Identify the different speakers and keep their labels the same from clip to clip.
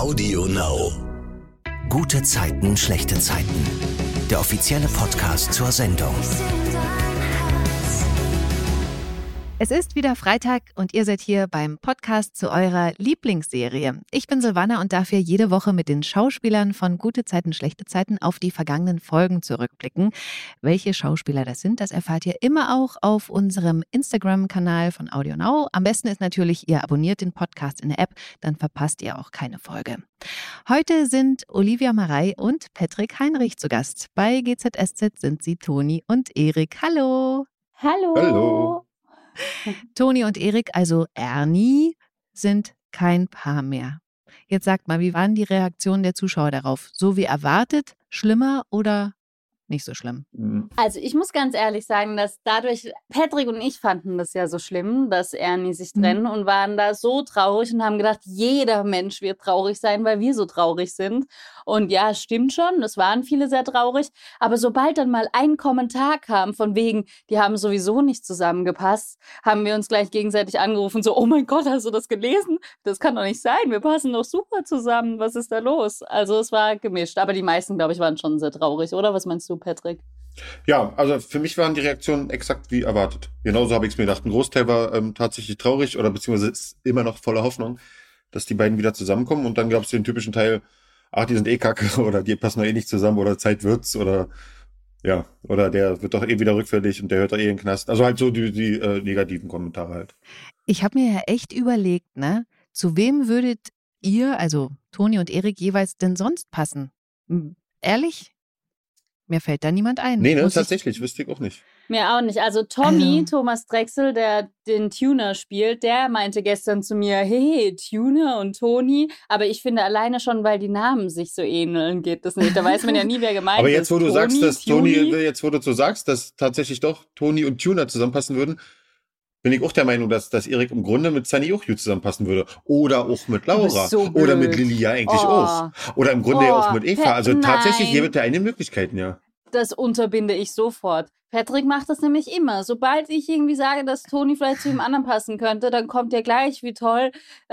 Speaker 1: Audio Now.
Speaker 2: Gute Zeiten, schlechte Zeiten. Der offizielle Podcast zur Sendung.
Speaker 3: Es ist wieder Freitag und ihr seid hier beim Podcast zu eurer Lieblingsserie. Ich bin Silvana und darf hier jede Woche mit den Schauspielern von Gute Zeiten, schlechte Zeiten auf die vergangenen Folgen zurückblicken. Welche Schauspieler das sind, das erfahrt ihr immer auch auf unserem Instagram-Kanal von Audio Now. Am besten ist natürlich, ihr abonniert den Podcast in der App, dann verpasst ihr auch keine Folge. Heute sind Olivia Marei und Patrick Heinrich zu Gast. Bei GZSZ sind sie Toni und Erik. Hallo!
Speaker 4: Hallo!
Speaker 5: Hallo!
Speaker 3: Toni und Erik, also Ernie, sind kein Paar mehr. Jetzt sagt mal, wie waren die Reaktionen der Zuschauer darauf? So wie erwartet, schlimmer oder nicht so schlimm?
Speaker 4: Also ich muss ganz ehrlich sagen, dass dadurch, Patrick und ich fanden das ja so schlimm, dass Ernie sich trennen und waren da so traurig und haben gedacht, jeder Mensch wird traurig sein, weil wir so traurig sind. Und ja, stimmt schon, es waren viele sehr traurig. Aber sobald dann mal ein Kommentar kam von wegen, die haben sowieso nicht zusammengepasst, haben wir uns gleich gegenseitig angerufen, so, oh mein Gott, hast du das gelesen? Das kann doch nicht sein, wir passen doch super zusammen, was ist da los? Also es war gemischt, aber die meisten, glaube ich, waren schon sehr traurig, oder? Was meinst du, Patrick?
Speaker 5: Ja, also für mich waren die Reaktionen exakt wie erwartet. Genauso habe ich es mir gedacht. Ein Großteil war tatsächlich traurig oder beziehungsweise ist immer noch voller Hoffnung, dass die beiden wieder zusammenkommen. Und dann gab es den typischen Teil, ach, die sind eh kacke oder die passen doch eh nicht zusammen oder Zeit wird's oder ja, oder der wird doch eh wieder rückfällig und der hört doch eh in den Knast. Also halt so die negativen Kommentare halt.
Speaker 3: Ich habe mir ja echt überlegt, ne, zu wem würdet ihr, also Toni und Erik, jeweils denn sonst passen? Ehrlich? Mir fällt da niemand ein.
Speaker 5: Nee, ne, tatsächlich, wüsste ich auch nicht.
Speaker 4: Mir auch nicht. Also Tommy, Thomas Drechsel, der den Tuner spielt, der meinte gestern zu mir, hey, Tuner und Toni. Aber ich finde alleine schon, weil die Namen sich so ähneln, geht das nicht. Da weiß man ja nie, wer gemeint ist.
Speaker 5: Aber jetzt, wo du
Speaker 4: Toni,
Speaker 5: sagst, dass
Speaker 4: Tuni.
Speaker 5: jetzt, wo du so sagst, dass tatsächlich doch Toni und Tuner zusammenpassen würden, bin ich auch der Meinung, dass Erik im Grunde mit Sunny auch gut zusammenpassen würde. Oder auch mit Laura.
Speaker 4: So
Speaker 5: oder mit Lilly ja eigentlich auch. Oder im Grunde ja auch mit Eva. Also tatsächlich, hier wird ja eine Möglichkeiten, ja.
Speaker 4: Das unterbinde ich sofort. Patrick macht das nämlich immer. Sobald ich irgendwie sage, dass Toni vielleicht zu dem anderen passen könnte, dann kommt ja gleich, wie toll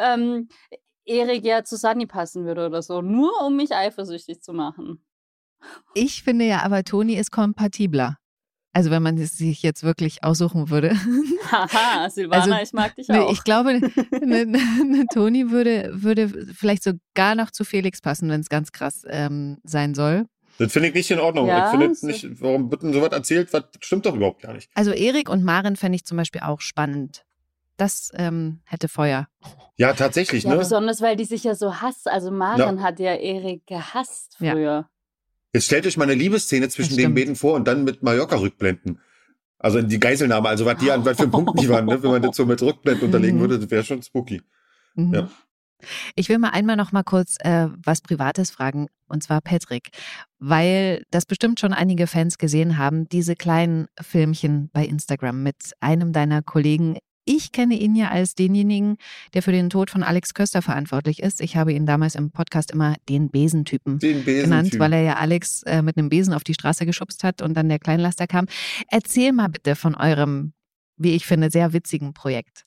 Speaker 4: Erik ja zu Sunny passen würde oder so. Nur um mich eifersüchtig zu machen.
Speaker 3: Ich finde ja aber, Toni ist kompatibler. Also wenn man es sich jetzt wirklich aussuchen würde.
Speaker 4: Haha, Silvana, also, ich mag dich auch.
Speaker 3: Ich glaube, eine Toni würde vielleicht sogar noch zu Felix passen, wenn es ganz krass sein soll.
Speaker 5: Das finde ich nicht in Ordnung.
Speaker 4: Ja,
Speaker 5: ich finde nicht, warum wird denn sowas erzählt? Was stimmt doch überhaupt gar nicht.
Speaker 3: Also Erik und Maren fände ich zum Beispiel auch spannend. Das hätte Feuer.
Speaker 5: Ja, tatsächlich,
Speaker 4: ja,
Speaker 5: ne?
Speaker 4: Besonders, weil die sich ja so hasst. Also Maren hat ja Erik gehasst früher. Ja.
Speaker 5: Jetzt stellt euch mal eine Liebesszene zwischen den beiden vor und dann mit Mallorca rückblenden. Also die Geiselnahme, also was für Punkte die waren, ne? Wenn man das so mit Rückblenden unterlegen würde, das wäre schon spooky.
Speaker 3: Mhm.
Speaker 5: Ja.
Speaker 3: Ich will mal einmal noch mal kurz was Privates fragen, und zwar Patrick, weil das bestimmt schon einige Fans gesehen haben, diese kleinen Filmchen bei Instagram mit einem deiner Kollegen. Ich kenne ihn ja als denjenigen, der für den Tod von Alex Köster verantwortlich ist. Ich habe ihn damals im Podcast immer den Besentypen genannt, weil er ja Alex mit einem Besen auf die Straße geschubst hat und dann der Kleinlaster kam. Erzähl mal bitte von eurem, wie ich finde, sehr witzigen Projekt.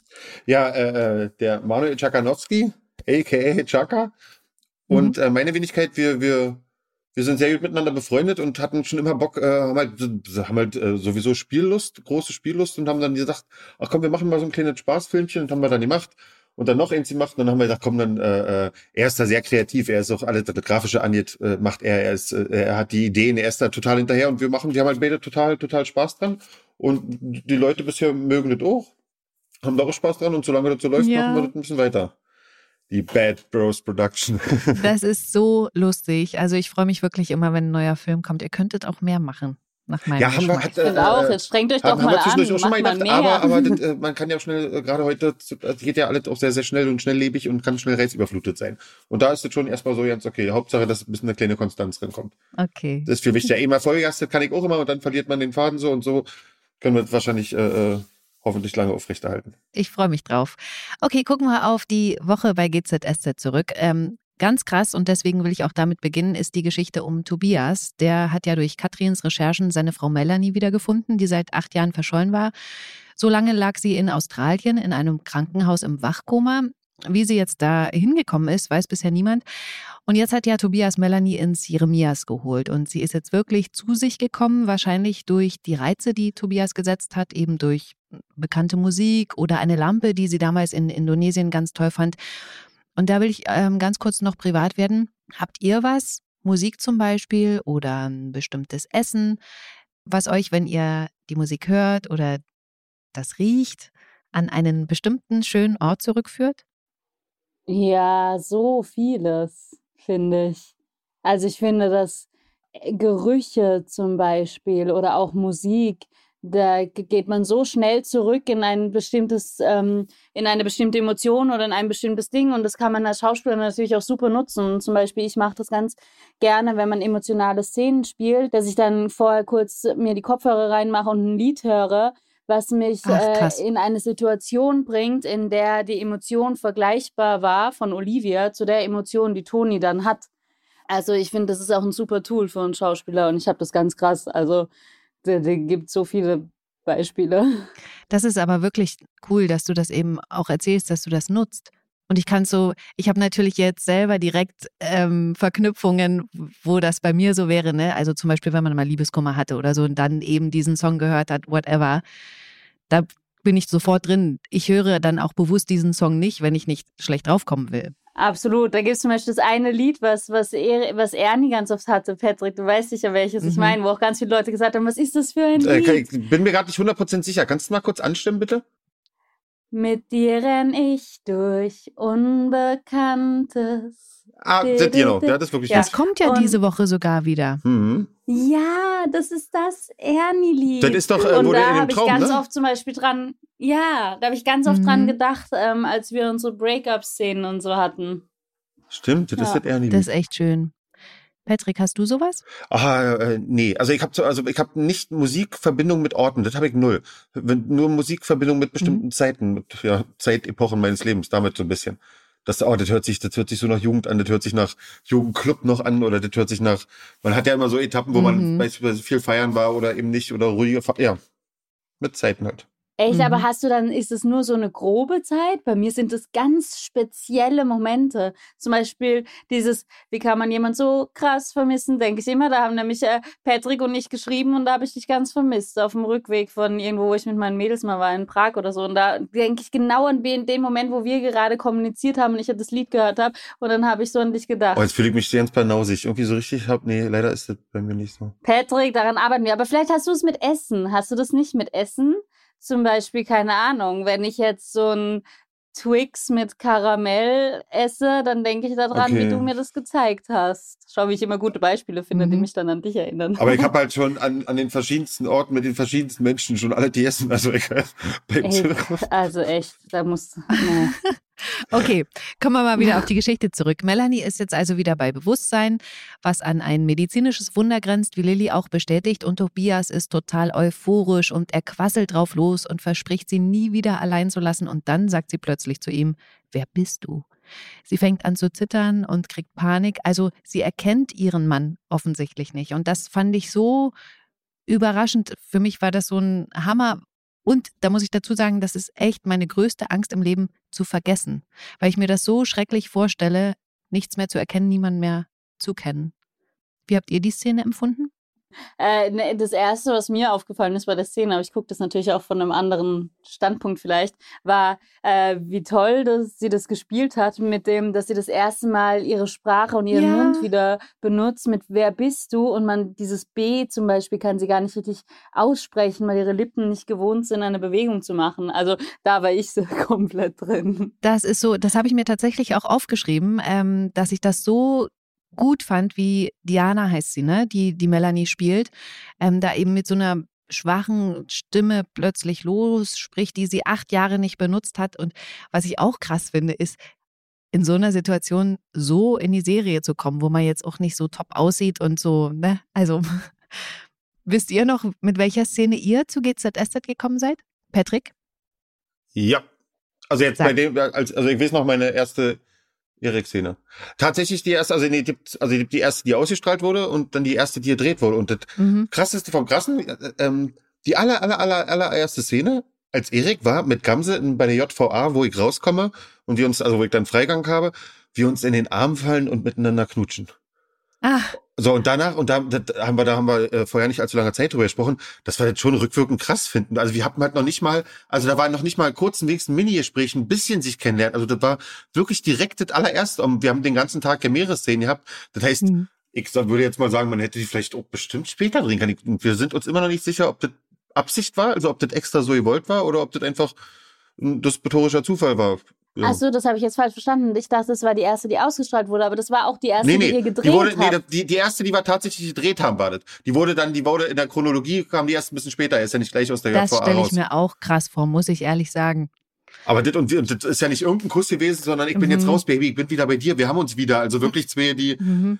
Speaker 5: Ja, der Manuel Czakanowski, a.k.a. Chaka, und meine Wenigkeit, wir sind sehr gut miteinander befreundet und hatten schon immer Bock, haben halt sowieso Spiellust, große Spiellust und haben dann gesagt, ach komm, wir machen mal so ein kleines Spaßfilmchen und haben wir dann gemacht und dann noch eins gemacht und dann haben wir gesagt, komm, dann er ist da sehr kreativ, er ist auch alles, das Grafische angeht, macht er hat die Ideen, er ist da total hinterher und wir haben halt beide total Spaß dran und die Leute bisher mögen das auch, haben da auch Spaß dran und solange das so läuft, machen wir das ein bisschen weiter. Die Bad Bros Production.
Speaker 3: Das ist so lustig. Also ich freue mich wirklich immer, wenn ein neuer Film kommt. Ihr könntet auch mehr machen, nach meinem Geschmack.
Speaker 4: Ich finde auch, jetzt strengt euch doch mal an,
Speaker 5: auch schon mal
Speaker 4: macht
Speaker 5: gedacht, aber das, man kann ja schnell, gerade heute, das geht ja alles auch sehr, sehr schnell und schnelllebig und kann schnell reizüberflutet sein. Und da ist es schon erstmal so ganz okay. Hauptsache, dass ein bisschen eine kleine Konstanz drinkommt.
Speaker 3: Okay. Das
Speaker 5: ist viel wichtiger. Immer Vollgas, das kann ich auch immer und dann verliert man den Faden so und so können wir wahrscheinlich hoffentlich lange aufrechterhalten.
Speaker 3: Ich freue mich drauf. Okay, gucken wir auf die Woche bei GZSZ zurück. Ganz krass, und deswegen will ich auch damit beginnen, ist die Geschichte um Tobias. Der hat ja durch Katrins Recherchen seine Frau Melanie wiedergefunden, die seit 8 Jahren verschollen war. So lange lag sie in Australien in einem Krankenhaus im Wachkoma. Wie sie jetzt da hingekommen ist, weiß bisher niemand. Und jetzt hat ja Tobias Melanie ins Jeremias geholt und sie ist jetzt wirklich zu sich gekommen, wahrscheinlich durch die Reize, die Tobias gesetzt hat, eben durch bekannte Musik oder eine Lampe, die sie damals in Indonesien ganz toll fand. Und da will ich ganz kurz noch privat werden. Habt ihr was, Musik zum Beispiel oder ein bestimmtes Essen, was euch, wenn ihr die Musik hört oder das riecht, an einen bestimmten schönen Ort zurückführt?
Speaker 4: Ja, so vieles, finde ich. Also ich finde, dass Gerüche zum Beispiel oder auch Musik, da geht man so schnell zurück in ein bestimmtes, in eine bestimmte Emotion oder in ein bestimmtes Ding und das kann man als Schauspieler natürlich auch super nutzen. Zum Beispiel, ich mache das ganz gerne, wenn man emotionale Szenen spielt, dass ich dann vorher kurz mir die Kopfhörer reinmache und ein Lied höre, was mich in eine Situation bringt, in der die Emotion vergleichbar war von Olivia zu der Emotion, die Toni dann hat. Also ich finde, das ist auch ein super Tool für einen Schauspieler und ich habe das ganz krass. Also da gibt so viele Beispiele.
Speaker 3: Das ist aber wirklich cool, dass du das eben auch erzählst, dass du das nutzt. Und ich habe natürlich jetzt selber direkt Verknüpfungen, wo das bei mir so wäre, ne? Also zum Beispiel, wenn man mal Liebeskummer hatte oder so und dann eben diesen Song gehört hat, whatever, da bin ich sofort drin. Ich höre dann auch bewusst diesen Song nicht, wenn ich nicht schlecht draufkommen will.
Speaker 4: Absolut. Da gibt es zum Beispiel das eine Lied, was Ernie ganz oft hatte, Patrick, du weißt sicher, welches ich meine, wo auch ganz viele Leute gesagt haben, was ist das für ein Lied?
Speaker 5: Ich bin mir gerade nicht 100% sicher. Kannst du mal kurz anstimmen, bitte?
Speaker 4: Mit dir renn ich durch Unbekanntes.
Speaker 5: Genau, ja, das ist wirklich
Speaker 3: Das kommt ja diese Woche sogar wieder.
Speaker 5: Mhm.
Speaker 4: Ja, das ist das Ernie-Lied.
Speaker 5: Das ist doch,
Speaker 4: und
Speaker 5: wo
Speaker 4: da
Speaker 5: der in dem
Speaker 4: habe ich
Speaker 5: Traum,
Speaker 4: ganz
Speaker 5: ne?
Speaker 4: oft zum Beispiel dran, da habe ich ganz oft dran gedacht, als wir unsere Break-up-Szenen und so hatten.
Speaker 5: Stimmt, das ist das Ernie-Lied.
Speaker 3: Das ist echt schön. Patrick, hast du sowas?
Speaker 5: Nee, also ich habe nicht Musikverbindung mit Orten, das habe ich null. Nur Musikverbindung mit bestimmten Zeiten, mit Zeitepochen meines Lebens, damit so ein bisschen. Das hört sich so nach Jugend an, das hört sich nach Jugendclub noch an oder das hört sich nach, man hat ja immer so Etappen, wo man beispielsweise viel feiern war oder eben nicht oder ruhige, mit Zeiten halt.
Speaker 4: Echt, aber ist es nur so eine grobe Zeit? Bei mir sind es ganz spezielle Momente. Zum Beispiel wie kann man jemand so krass vermissen, denke ich immer. Da haben nämlich Patrick und ich geschrieben und da habe ich dich ganz vermisst. Auf dem Rückweg von irgendwo, wo ich mit meinen Mädels mal war, in Prag oder so. Und da denke ich genau an den Moment, wo wir gerade kommuniziert haben und ich das Lied gehört habe. Und dann habe ich so an dich gedacht.
Speaker 5: Oh, jetzt fühle ich mich ganz banausig. Irgendwie so richtig nee, leider ist das bei mir nicht so.
Speaker 4: Patrick, daran arbeiten wir. Aber vielleicht hast du es mit Essen. Hast du das nicht mit Essen? Zum Beispiel, keine Ahnung, wenn ich jetzt so ein Twix mit Karamell esse, dann denke ich daran, wie du mir das gezeigt hast. Schau, wie ich immer gute Beispiele finde, die mich dann an dich erinnern.
Speaker 5: Aber ich habe halt schon an den verschiedensten Orten mit den verschiedensten Menschen schon alle die essen. Also
Speaker 4: echt, da muss...
Speaker 3: Okay, kommen wir mal wieder auf die Geschichte zurück. Melanie ist jetzt also wieder bei Bewusstsein, was an ein medizinisches Wunder grenzt, wie Lilly auch bestätigt. Und Tobias ist total euphorisch und er quasselt drauf los und verspricht, sie nie wieder allein zu lassen. Und dann sagt sie plötzlich zu ihm, wer bist du? Sie fängt an zu zittern und kriegt Panik. Also sie erkennt ihren Mann offensichtlich nicht. Und das fand ich so überraschend. Für mich war das so ein Hammer. Und da muss ich dazu sagen, das ist echt meine größte Angst im Leben, zu vergessen. Weil ich mir das so schrecklich vorstelle, nichts mehr zu erkennen, niemanden mehr zu kennen. Wie habt ihr die Szene empfunden?
Speaker 4: Das Erste, was mir aufgefallen ist bei der Szene, aber ich gucke das natürlich auch von einem anderen Standpunkt vielleicht, war, wie toll, dass sie das gespielt hat mit dem, dass sie das erste Mal ihre Sprache und ihren Mund wieder benutzt mit wer bist du und man dieses B zum Beispiel kann sie gar nicht richtig aussprechen, weil ihre Lippen nicht gewohnt sind, eine Bewegung zu machen. Also da war ich so komplett drin.
Speaker 3: Das ist so, das habe ich mir tatsächlich auch aufgeschrieben, dass ich das so gut fand, wie Diana heißt sie, ne, die Melanie spielt, da eben mit so einer schwachen Stimme plötzlich losspricht, die sie 8 Jahre nicht benutzt hat. Und was ich auch krass finde, ist, in so einer Situation so in die Serie zu kommen, wo man jetzt auch nicht so top aussieht und so, ne, also wisst ihr noch, mit welcher Szene ihr zu GZSZ gekommen seid? Patrick?
Speaker 5: Ja, also jetzt bei dem, also ich weiß noch meine erste Erik-Szene. Tatsächlich die erste, die erste, die ausgestrahlt wurde und dann die erste, die gedreht wurde. Und das Krasseste vom Krassen, die allererste Szene als Erik war mit Gamse bei der JVA, wo ich rauskomme und wo ich dann Freigang habe, wir uns in den Arm fallen und miteinander knutschen.
Speaker 3: Ach.
Speaker 5: So, und da haben wir vorher nicht allzu lange Zeit drüber gesprochen, dass wir das schon rückwirkend krass finden. Also wir hatten halt noch nicht mal, also da war noch nicht mal kurzen Wegs ein Mini-Gespräch, ein bisschen sich kennenlernen. Also das war wirklich direkt das allererste. Und wir haben den ganzen Tag ja mehrere Szenen gehabt. Das heißt, ich würde jetzt mal sagen, man hätte die vielleicht auch bestimmt später drehen können. Und wir sind uns immer noch nicht sicher, ob das Absicht war, also ob das extra so gewollt war oder ob das einfach ein dispetorischer Zufall war. Ja.
Speaker 4: Ach so, das habe ich jetzt falsch verstanden. Ich dachte, das war die erste, die ausgestrahlt wurde, aber das war auch die erste, die ihr gedreht habt.
Speaker 5: Die erste, die wir tatsächlich gedreht haben, war das. Die wurde in der Chronologie, kam die erst ein bisschen später, ist ja nicht gleich aus der JVA raus.
Speaker 3: Das stelle ich mir auch krass vor, muss ich ehrlich sagen.
Speaker 5: Aber das ist ja nicht irgendein Kuss gewesen, sondern ich bin jetzt raus, Baby, ich bin wieder bei dir, wir haben uns wieder, also wirklich zwei, die,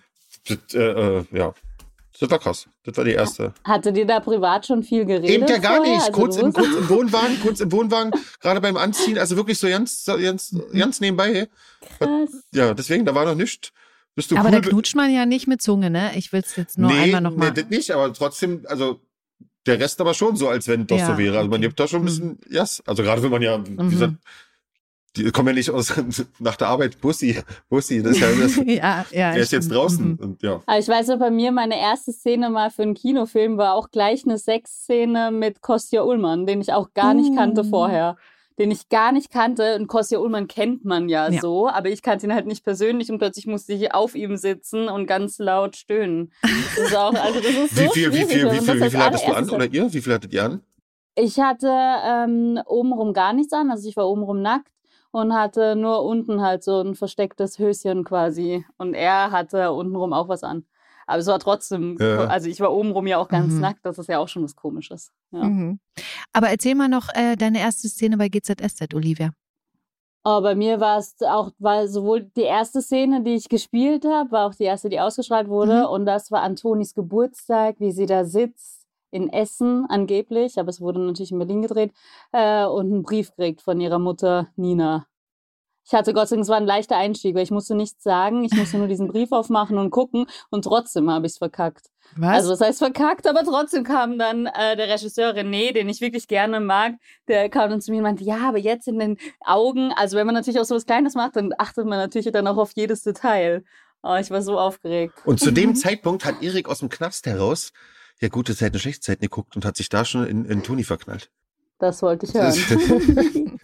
Speaker 5: das war krass. Das war die erste.
Speaker 4: Hattet ihr da privat schon viel geredet?
Speaker 5: Eben ja gar
Speaker 4: vorher?
Speaker 5: nicht.
Speaker 4: Also
Speaker 5: Kurz im Wohnwagen, gerade beim Anziehen, also wirklich so ganz nebenbei.
Speaker 4: Krass.
Speaker 5: Ja, deswegen, da war noch nichts.
Speaker 3: Aber da knutscht man ja nicht mit Zunge, ne? Ich will es jetzt nur einmal nochmal.
Speaker 5: Nee, das nicht, aber trotzdem, also der Rest aber schon so, als wenn das so wäre. Also man gibt da schon ein bisschen, also gerade wenn man ja, wie gesagt, die kommen ja nicht aus nach der Arbeit, Bussi, das ist ja das. Der ist jetzt draußen. Und, ja.
Speaker 4: Aber ich weiß noch, bei mir meine erste Szene mal für einen Kinofilm war auch gleich eine Sexszene mit Kostja Ullmann, den ich auch gar nicht kannte vorher. Und Kostja Ullmann kennt man ja so, aber ich kannte ihn halt nicht persönlich und plötzlich musste ich auf ihm sitzen und ganz laut stöhnen. Das ist auch, also das ist so schwierig.
Speaker 5: Wie viel hattest du an oder ihr? Wie viel hattet ihr an?
Speaker 4: Ich hatte obenrum gar nichts an, also ich war obenrum nackt. Und hatte nur unten halt so ein verstecktes Höschen quasi. Und er hatte untenrum auch was an. Aber es war trotzdem, also ich war obenrum ja auch ganz nackt, das ist ja auch schon was Komisches. Ja.
Speaker 3: Aber erzähl mal noch deine erste Szene bei GZSZ, Olivia.
Speaker 4: Oh, bei mir war es auch, weil sowohl die erste Szene, die ich gespielt habe, war auch die erste, die ausgestrahlt wurde. Und das war Antonis Geburtstag, wie sie da sitzt. In Essen angeblich, aber es wurde natürlich in Berlin gedreht, und einen Brief gekriegt von ihrer Mutter Nina. Ich hatte Gott sei Dank, es war ein leichter Einstieg, weil ich musste nichts sagen, ich musste nur diesen Brief aufmachen und gucken und trotzdem habe ich es verkackt.
Speaker 3: Was?
Speaker 4: Also das heißt verkackt, aber trotzdem kam dann der Regisseur René, den ich wirklich gerne mag, der kam dann zu mir und meinte, ja, aber jetzt in den Augen, also wenn man natürlich auch so was Kleines macht, dann achtet man natürlich dann auch auf jedes Detail. Oh, ich war so aufgeregt.
Speaker 5: Und zu dem Zeitpunkt hat Erik aus dem Knast heraus ja gute Zeiten, schlechte Zeiten geguckt und hat sich da schon in Toni verknallt.
Speaker 4: Das wollte ich hören.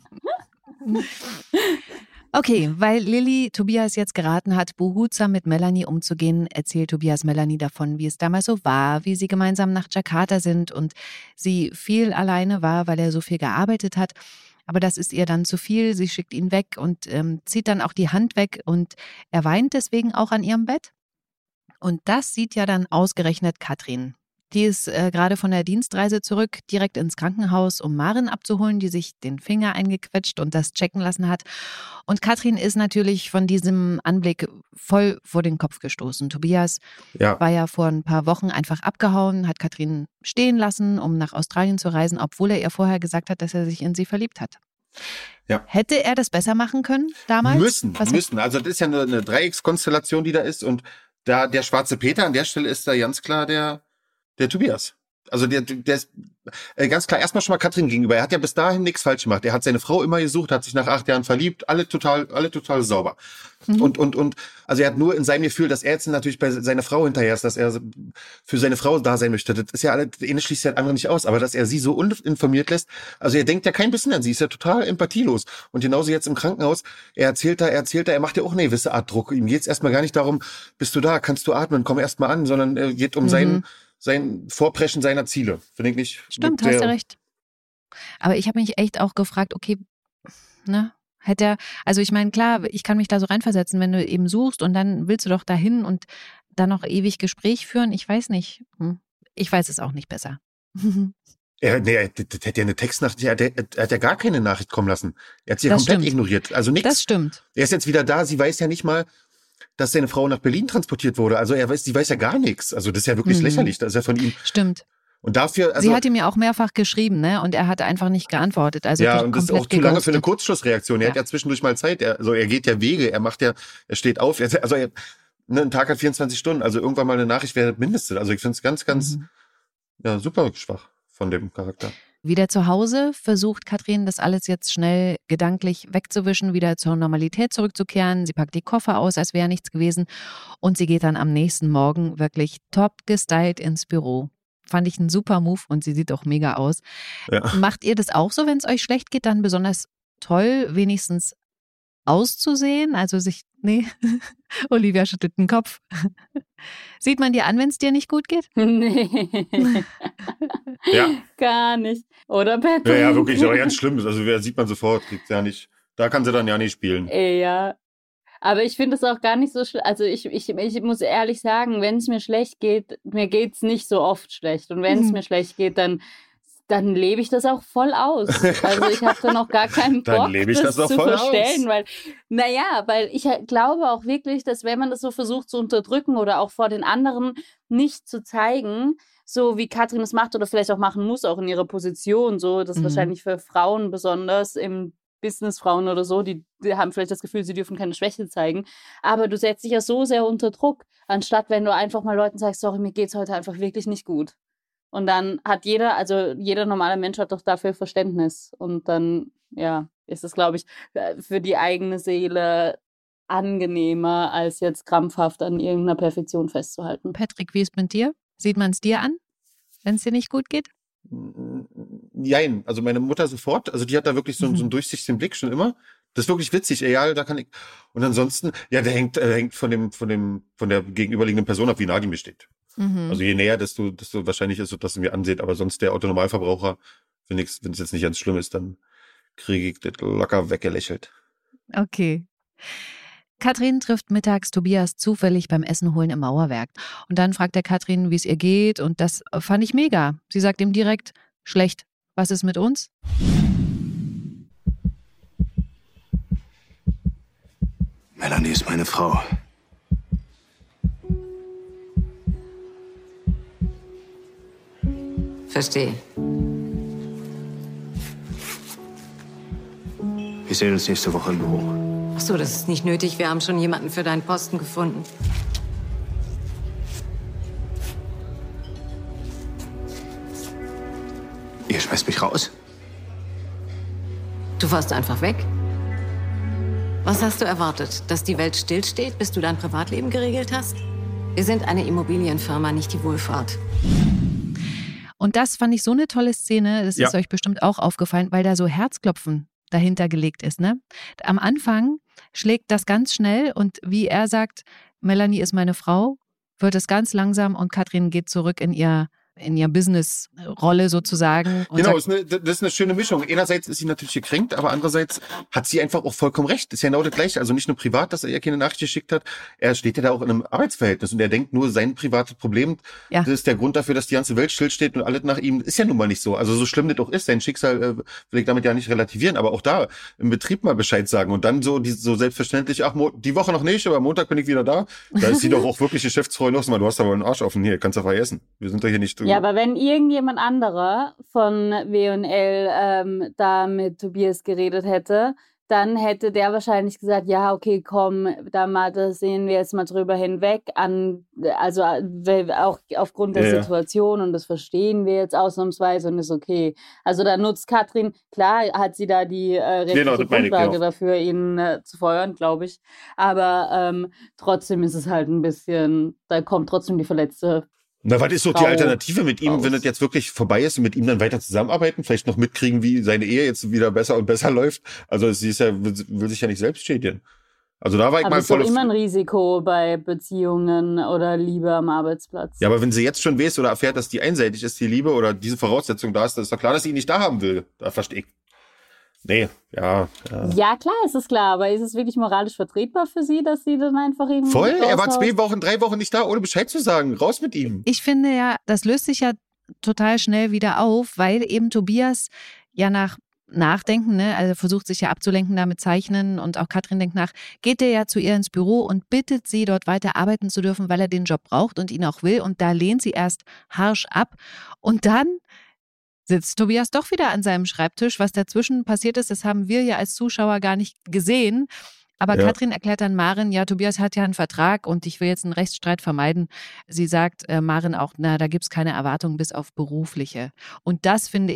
Speaker 3: Okay, weil Lilly Tobias jetzt geraten hat, behutsam mit Melanie umzugehen, erzählt Tobias Melanie davon, wie es damals so war, wie sie gemeinsam nach Jakarta sind und sie viel alleine war, weil er so viel gearbeitet hat. Aber das ist ihr dann zu viel, sie schickt ihn weg und zieht dann auch die Hand weg und er weint deswegen auch an ihrem Bett. Und das sieht ja dann ausgerechnet Katrin. Die ist gerade von der Dienstreise zurück, direkt ins Krankenhaus, um Maren abzuholen, die sich den Finger eingequetscht und das checken lassen hat. Und Katrin ist natürlich von diesem Anblick voll vor den Kopf gestoßen. Tobias war ja vor ein paar Wochen einfach abgehauen, hat Katrin stehen lassen, um nach Australien zu reisen, obwohl er ihr vorher gesagt hat, dass er sich in sie verliebt hat. Ja. Hätte er das besser machen können damals?
Speaker 5: Müssen. Also das ist ja eine Dreieckskonstellation, die da ist und da der schwarze Peter an der Stelle ist da ganz klar der Tobias. Also der ist ganz klar erstmal schon mal Katrin gegenüber. Er hat ja bis dahin nichts falsch gemacht. Er hat seine Frau immer gesucht, hat sich nach 8 Jahren verliebt, alle total sauber. Und also er hat nur in seinem Gefühl, dass er jetzt natürlich bei seiner Frau hinterher ist, dass er für seine Frau da sein möchte. Das ist ja das eine schließt ja das andere nicht aus, aber dass er sie so uninformiert lässt, also er denkt ja kein bisschen an sie, ist ja total empathielos. Und genauso jetzt im Krankenhaus, er erzählt da, er macht ja auch eine gewisse Art Druck. Ihm geht's erstmal gar nicht darum, bist du da, kannst du atmen, komm erst mal an, sondern geht um sein Vorpreschen seiner Ziele. Finde ich nicht.
Speaker 3: Stimmt, hast du recht. Aber ich habe mich echt auch gefragt, okay, ne, hätte er, also ich meine, klar, ich kann mich da so reinversetzen, wenn du eben suchst und dann willst du doch dahin und dann noch ewig Gespräch führen, ich weiß nicht. Ich weiß es auch nicht besser.
Speaker 5: Das hätte ja eine Textnachricht, er hat ja gar keine Nachricht kommen lassen. Er hat sie ja komplett ignoriert. Also nichts.
Speaker 3: Das stimmt.
Speaker 5: Er ist jetzt wieder da, sie weiß ja nicht mal, dass seine Frau nach Berlin transportiert wurde. Also sie weiß ja gar nichts. Also das ist ja wirklich lächerlich. Das ist ja von ihm.
Speaker 3: Stimmt.
Speaker 5: Und dafür,
Speaker 3: sie hat ihm ja auch mehrfach geschrieben, ne? Und er hat einfach nicht geantwortet. Also
Speaker 5: ja, und das ist auch zu lange für eine Kurzschlussreaktion. Er hat ja zwischendurch mal Zeit. Er geht ja Wege. Er steht auf. Ein Tag hat 24 Stunden. Also irgendwann mal eine Nachricht wäre das Mindeste. Also ich finde es ganz, ganz super schwach von dem Charakter.
Speaker 3: Wieder zu Hause versucht Katrin, das alles jetzt schnell gedanklich wegzuwischen, wieder zur Normalität zurückzukehren. Sie packt die Koffer aus, als wäre nichts gewesen. Und sie geht dann am nächsten Morgen wirklich top gestylt ins Büro. Fand ich einen super Move und sie sieht auch mega aus.
Speaker 5: Ja.
Speaker 3: Macht ihr das auch so, wenn es euch schlecht geht, dann besonders toll, wenigstens auszusehen? Also nee, Olivia schüttelt den Kopf. Sieht man dir an, wenn es dir nicht gut geht?
Speaker 4: Nee.
Speaker 5: Ja.
Speaker 4: Gar nicht. Oder Patrick?
Speaker 5: Ja, wirklich, aber ganz schlimm. Also sieht man sofort, kriegt's ja nicht. Da kann sie dann ja nicht spielen.
Speaker 4: Ja. Aber ich finde es auch gar nicht so schlimm. Also ich muss ehrlich sagen, wenn es mir schlecht geht, mir geht's nicht so oft schlecht. Und wenn es mir schlecht geht, dann lebe ich das auch voll aus. Also ich habe dann auch gar keinen Bock, das zu verstellen. Weil ich glaube auch wirklich, dass wenn man das so versucht zu unterdrücken oder auch vor den anderen nicht zu zeigen, so wie Katrin es macht oder vielleicht auch machen muss, auch in ihrer Position, so das wahrscheinlich für Frauen besonders im Businessfrauen oder so, die haben vielleicht das Gefühl, sie dürfen keine Schwäche zeigen, aber du setzt dich ja so sehr unter Druck, anstatt wenn du einfach mal Leuten sagst, sorry, mir geht's heute einfach wirklich nicht gut. Und dann hat jeder normale Mensch hat doch dafür Verständnis. Und dann, ja, ist es, glaube ich, für die eigene Seele angenehmer, als jetzt krampfhaft an irgendeiner Perfektion festzuhalten.
Speaker 3: Patrick, wie ist es mit dir? Sieht man es dir an, wenn es dir nicht gut geht?
Speaker 5: Jein, also meine Mutter sofort, also die hat da wirklich so einen durchsichtigen Blick schon immer. Das ist wirklich witzig, egal, da kann ich. Und ansonsten, ja, der hängt von der gegenüberliegenden Person ab, wie nah die mir steht. Also je näher, desto wahrscheinlich ist es, dass sie mir ansieht, aber sonst der Autonormalverbraucher, wenn es jetzt nicht ganz schlimm ist, dann kriege ich das locker weggelächelt.
Speaker 3: Okay. Katrin trifft mittags Tobias zufällig beim Essen holen im Mauerwerk. Und dann fragt er Katrin, wie es ihr geht. Und das fand ich mega. Sie sagt ihm direkt, schlecht. Was ist mit uns?
Speaker 1: Melanie ist meine Frau.
Speaker 6: Verstehe.
Speaker 1: Wir sehen uns nächste Woche im Büro.
Speaker 6: Ach so, das ist nicht nötig. Wir haben schon jemanden für deinen Posten gefunden.
Speaker 1: Ihr schmeißt mich raus?
Speaker 6: Du warst einfach weg? Was hast du erwartet? Dass die Welt stillsteht, bis du dein Privatleben geregelt hast? Wir sind eine Immobilienfirma, nicht die Wohlfahrt.
Speaker 3: Und das fand ich so eine tolle Szene, das ist euch bestimmt auch aufgefallen, weil da so Herzklopfen dahinter gelegt ist. Ne? Am Anfang schlägt das ganz schnell und wie er sagt, Melanie ist meine Frau, wird es ganz langsam und Katrin geht zurück in ihr Business-Rolle sozusagen. Und
Speaker 5: genau, das ist eine schöne Mischung. Einerseits ist sie natürlich gekränkt, aber andererseits hat sie einfach auch vollkommen recht. Das ist ja genau das Gleiche. Also nicht nur privat, dass er ihr keine Nachricht geschickt hat. Er steht ja da auch in einem Arbeitsverhältnis und er denkt nur, sein privates Problem, das ist der Grund dafür, dass die ganze Welt stillsteht und alles nach ihm. Ist ja nun mal nicht so. Also so schlimm das auch ist, sein Schicksal will ich damit ja nicht relativieren, aber auch da im Betrieb mal Bescheid sagen und dann so selbstverständlich, ach, die Woche noch nicht, aber Montag bin ich wieder da. Da ist sie doch auch wirklich Geschäftsfrau noch. Du hast aber einen Arsch offen. Hier, kannst du vergessen. Wir sind doch hier nicht...
Speaker 4: Ja, aber wenn irgendjemand anderer von W&L da mit Tobias geredet hätte, dann hätte der wahrscheinlich gesagt, ja, okay, komm, da sehen wir jetzt mal drüber hinweg, also auch aufgrund der Situation und das verstehen wir jetzt ausnahmsweise und ist okay. Also da nutzt Katrin, klar hat sie da die rechtliche Grundlage dafür, ihn zu feuern, glaube ich, aber trotzdem ist es halt ein bisschen, da kommt trotzdem die verletzte
Speaker 5: Na, was ist so die Alternative mit ihm, wenn das jetzt wirklich vorbei ist und mit ihm dann weiter zusammenarbeiten, vielleicht noch mitkriegen, wie seine Ehe jetzt wieder besser und besser läuft? Also sie ist will sich ja nicht selbst schädigen. Also da war ich
Speaker 4: aber
Speaker 5: mal voll.
Speaker 4: Aber es ist doch immer ein Risiko bei Beziehungen oder Liebe am Arbeitsplatz.
Speaker 5: Ja, aber wenn sie jetzt schon weiß oder erfährt, dass die einseitig ist, die Liebe oder diese Voraussetzung da ist, dann ist doch klar, dass sie ihn nicht da haben will. Da verstehe ich. Nee, ja.
Speaker 4: Ja, klar, ist es klar, aber ist es wirklich moralisch vertretbar für sie, dass sie dann einfach eben...
Speaker 5: Voll, er war 2 Wochen, 3 Wochen nicht da, ohne Bescheid zu sagen. Raus mit ihm.
Speaker 3: Ich finde ja, das löst sich ja total schnell wieder auf, weil eben Tobias ja nach Nachdenken, ne, also versucht sich ja abzulenken da mit Zeichnen und auch Katrin denkt nach, geht er ja zu ihr ins Büro und bittet sie, dort weiter arbeiten zu dürfen, weil er den Job braucht und ihn auch will und da lehnt sie erst harsch ab und dann sitzt Tobias doch wieder an seinem Schreibtisch. Was dazwischen passiert ist, das haben wir ja als Zuschauer gar nicht gesehen. Aber Katrin erklärt dann Maren, ja, Tobias hat ja einen Vertrag und ich will jetzt einen Rechtsstreit vermeiden. Sie sagt Maren auch, na, da gibt's keine Erwartungen bis auf berufliche. Und das finde ich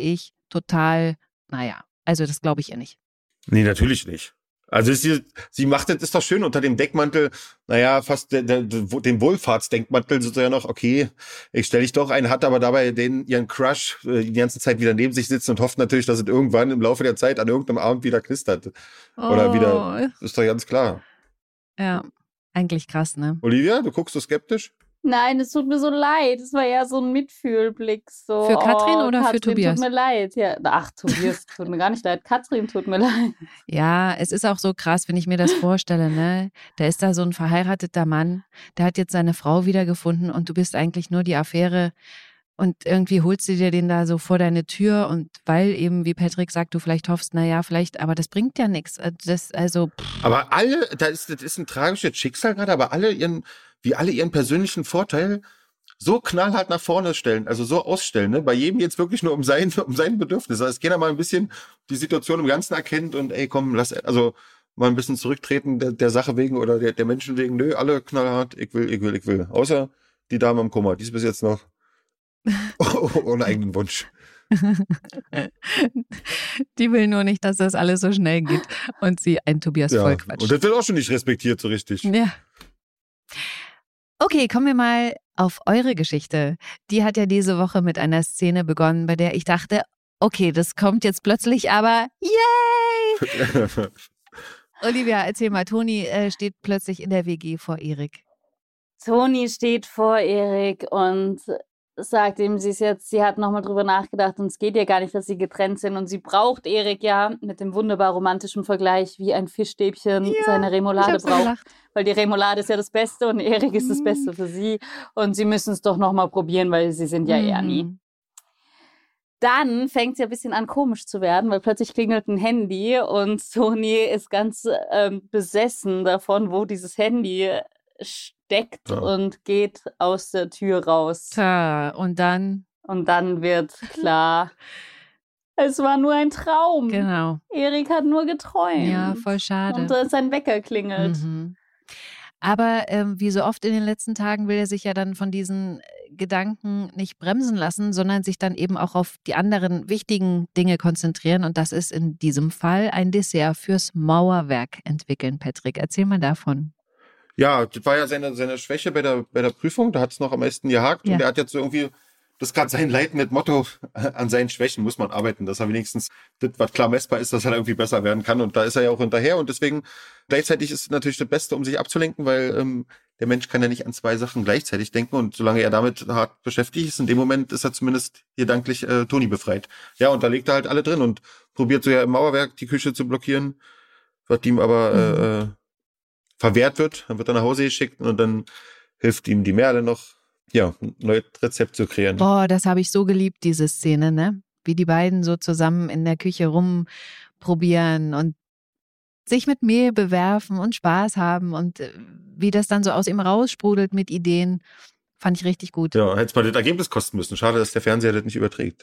Speaker 3: total, naja, also das glaube ich ihr nicht.
Speaker 5: Nee, natürlich nicht. Also sie macht das, ist doch schön unter dem Deckmantel, naja, fast dem Wohlfahrtsdenkmantel sozusagen noch, okay, ich stelle dich doch ein, hat aber dabei ihren Crush die ganze Zeit wieder neben sich sitzen und hofft natürlich, dass es irgendwann im Laufe der Zeit an irgendeinem Abend wieder knistert. Oder wieder, ist doch ganz klar.
Speaker 3: Ja, eigentlich krass, ne?
Speaker 5: Olivia, du guckst so skeptisch?
Speaker 4: Nein, es tut mir so leid. Es war ja so ein Mitfühlblick. So,
Speaker 3: für Katrin oder
Speaker 4: Katrin,
Speaker 3: für Tobias?
Speaker 4: Tut mir leid. Ja. Ach, Tobias tut mir gar nicht leid. Katrin tut mir leid.
Speaker 3: Ja, es ist auch so krass, wenn ich mir das vorstelle, ne? Da ist da so ein verheirateter Mann, der hat jetzt seine Frau wiedergefunden und du bist eigentlich nur die Affäre und irgendwie holst du dir den da so vor deine Tür und weil eben, wie Patrick sagt, du vielleicht hoffst, naja, vielleicht, aber das bringt ja nichts.
Speaker 5: Aber das ist ein tragisches Schicksal gerade, aber alle ihren persönlichen Vorteil so knallhart nach vorne stellen, also so ausstellen, ne? Bei jedem jetzt wirklich nur um sein Bedürfnis. Also, es geht ja mal ein bisschen die Situation im Ganzen erkennt und ey, komm, also mal ein bisschen zurücktreten der Sache wegen oder der Menschen wegen. Nö, alle knallhart, ich will. Außer die Dame im Koma, die ist bis jetzt noch ohne eigenen Wunsch.
Speaker 3: Die will nur nicht, dass das alles so schnell geht und sie einen Tobias vollquatscht.
Speaker 5: Und das wird auch schon nicht respektiert so richtig.
Speaker 3: Ja. Okay, kommen wir mal auf eure Geschichte. Die hat ja diese Woche mit einer Szene begonnen, bei der ich dachte, okay, das kommt jetzt plötzlich, aber yay! Olivia, erzähl mal, Toni steht plötzlich in der WG vor Erik.
Speaker 4: Toni steht vor Erik und sagt ihm, sie hat nochmal drüber nachgedacht und es geht ihr gar nicht, dass sie getrennt sind und sie braucht Erik ja mit dem wunderbar romantischen Vergleich, wie ein Fischstäbchen seine Remoulade braucht, weil die Remoulade ist ja das Beste und Erik ist das Beste für sie und sie müssen es doch nochmal probieren, weil sie sind ja Ernie. Dann fängt es ja ein bisschen an komisch zu werden, weil plötzlich klingelt ein Handy und Toni ist ganz besessen davon, wo dieses Handy steckt und geht aus der Tür raus.
Speaker 3: Und dann
Speaker 4: wird klar, es war nur ein Traum.
Speaker 3: Genau.
Speaker 4: Erik hat nur geträumt.
Speaker 3: Ja, voll schade.
Speaker 4: Und sein Wecker klingelt.
Speaker 3: Aber wie so oft in den letzten Tagen will er sich ja dann von diesen Gedanken nicht bremsen lassen, sondern sich dann eben auch auf die anderen wichtigen Dinge konzentrieren. Und das ist in diesem Fall ein Dessert fürs Mauerwerk entwickeln. Patrick, erzähl mal davon.
Speaker 5: Ja, das war ja seine Schwäche bei der Prüfung. Da hat es noch am meisten gehakt. Ja. Und er hat jetzt so irgendwie, das ist gerade sein leitendes Motto, an seinen Schwächen muss man arbeiten. Dass er wenigstens das, was klar messbar ist, dass er irgendwie besser werden kann. Und da ist er ja auch hinterher. Und deswegen, gleichzeitig ist es natürlich das Beste, um sich abzulenken, weil der Mensch kann ja nicht an zwei Sachen gleichzeitig denken. Und solange er damit hart beschäftigt ist, in dem Moment ist er zumindest gedanklich Toni befreit. Ja, und da legt er halt alle drin und probiert so ja im Mauerwerk die Küche zu blockieren, was ihm aber verwehrt wird, dann wird er nach Hause geschickt und dann hilft ihm die Merle noch, ja, ein neues Rezept zu kreieren.
Speaker 3: Boah, das habe ich so geliebt, diese Szene, ne? Wie die beiden so zusammen in der Küche rumprobieren und sich mit Mehl bewerfen und Spaß haben und wie das dann so aus ihm raussprudelt mit Ideen, fand ich richtig gut.
Speaker 5: Ja, hätte es mal das Ergebnis kosten müssen. Schade, dass der Fernseher das nicht überträgt.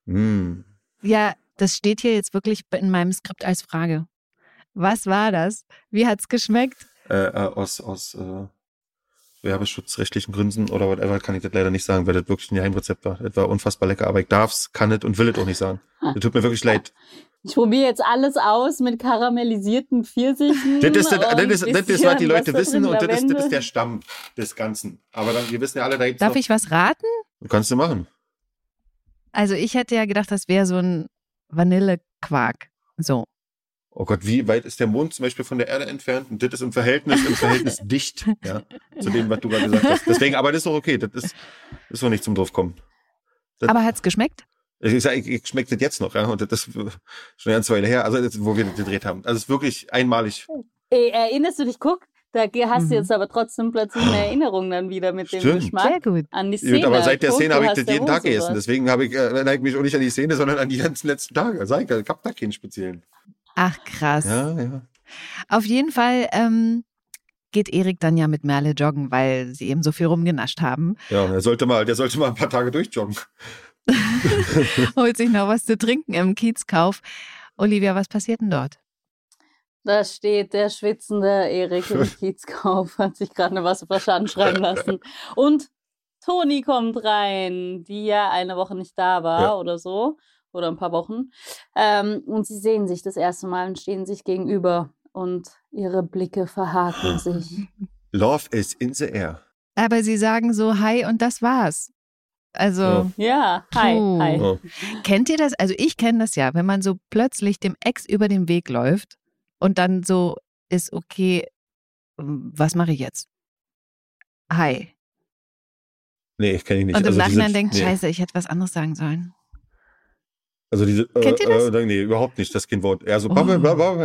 Speaker 3: Ja, das steht hier jetzt wirklich in meinem Skript als Frage. Was war das? Wie hat's geschmeckt?
Speaker 5: Aus werbeschutzrechtlichen Gründen oder whatever kann ich das leider nicht sagen, weil das wirklich ein Geheimrezept war. Das war unfassbar lecker, aber ich darf's, kann es und will es auch nicht sagen. Das tut mir wirklich leid.
Speaker 4: Ich probiere jetzt alles aus mit karamellisierten Pfirsichen.
Speaker 5: Das ist, was die Leute wissen und das ist der Stamm des Ganzen. Aber dann, wir wissen ja alle, da gibt's
Speaker 3: Darf ich was raten?
Speaker 5: Kannst du machen.
Speaker 3: Also ich hätte ja gedacht, das wäre so ein Vanillequark. So.
Speaker 5: Oh Gott, wie weit ist der Mond zum Beispiel von der Erde entfernt? Und das ist im Verhältnis dicht, ja, zu dem, was du gerade gesagt hast. Deswegen, aber das ist doch okay, das ist doch nicht zum Draufkommen.
Speaker 3: Aber hat's geschmeckt?
Speaker 5: Ich schmeckt das jetzt noch, ja, und das ist schon eine ganze Weile her, also jetzt, wo wir das gedreht haben. Also es ist wirklich einmalig.
Speaker 4: Erinnerst du dich, guck, da hast du jetzt aber trotzdem plötzlich eine Erinnerung dann wieder mit dem Geschmack.
Speaker 3: Sehr gut.
Speaker 4: An die Szene.
Speaker 5: Gut, aber seit der Szene habe ich das jeden Tag gegessen, deswegen erinnere ich mich auch nicht an die Szene, sondern an die ganzen letzten Tage. Ich habe da keinen speziellen.
Speaker 3: Ach, krass.
Speaker 5: Ja.
Speaker 3: Auf jeden Fall geht Erik dann ja mit Merle joggen, weil sie eben so viel rumgenascht haben.
Speaker 5: Ja, der sollte mal ein paar Tage durchjoggen.
Speaker 3: Holt sich noch was zu trinken im Kiezkauf. Olivia, was passiert denn dort?
Speaker 4: Da steht der schwitzende Erik im Kiezkauf, hat sich gerade eine Wasserflasche anschreiben lassen. Und Toni kommt rein, die ja eine Woche nicht da war oder so. oder ein paar Wochen. Und sie sehen sich das erste Mal und stehen sich gegenüber und ihre Blicke verhaken sich.
Speaker 5: Love is in the air.
Speaker 3: Aber sie sagen so hi und das war's. Also,
Speaker 4: Ja, hi,
Speaker 3: puh.
Speaker 4: hi.
Speaker 5: Ja.
Speaker 3: Kennt ihr das? Also ich kenne das ja, wenn man so plötzlich dem Ex über den Weg läuft und dann so ist, okay, was mache ich jetzt? Hi.
Speaker 5: Nee, kenne ich nicht.
Speaker 3: Und im
Speaker 5: Also
Speaker 3: Nachhinein
Speaker 5: diese-
Speaker 3: denkt,
Speaker 5: nee.
Speaker 3: scheiße, ich hätte was anderes sagen sollen.
Speaker 5: Also diese,
Speaker 3: Kennt ihr das?
Speaker 5: nee, überhaupt nicht, das Kind-Wort. Eher so,
Speaker 3: Oh.
Speaker 5: Also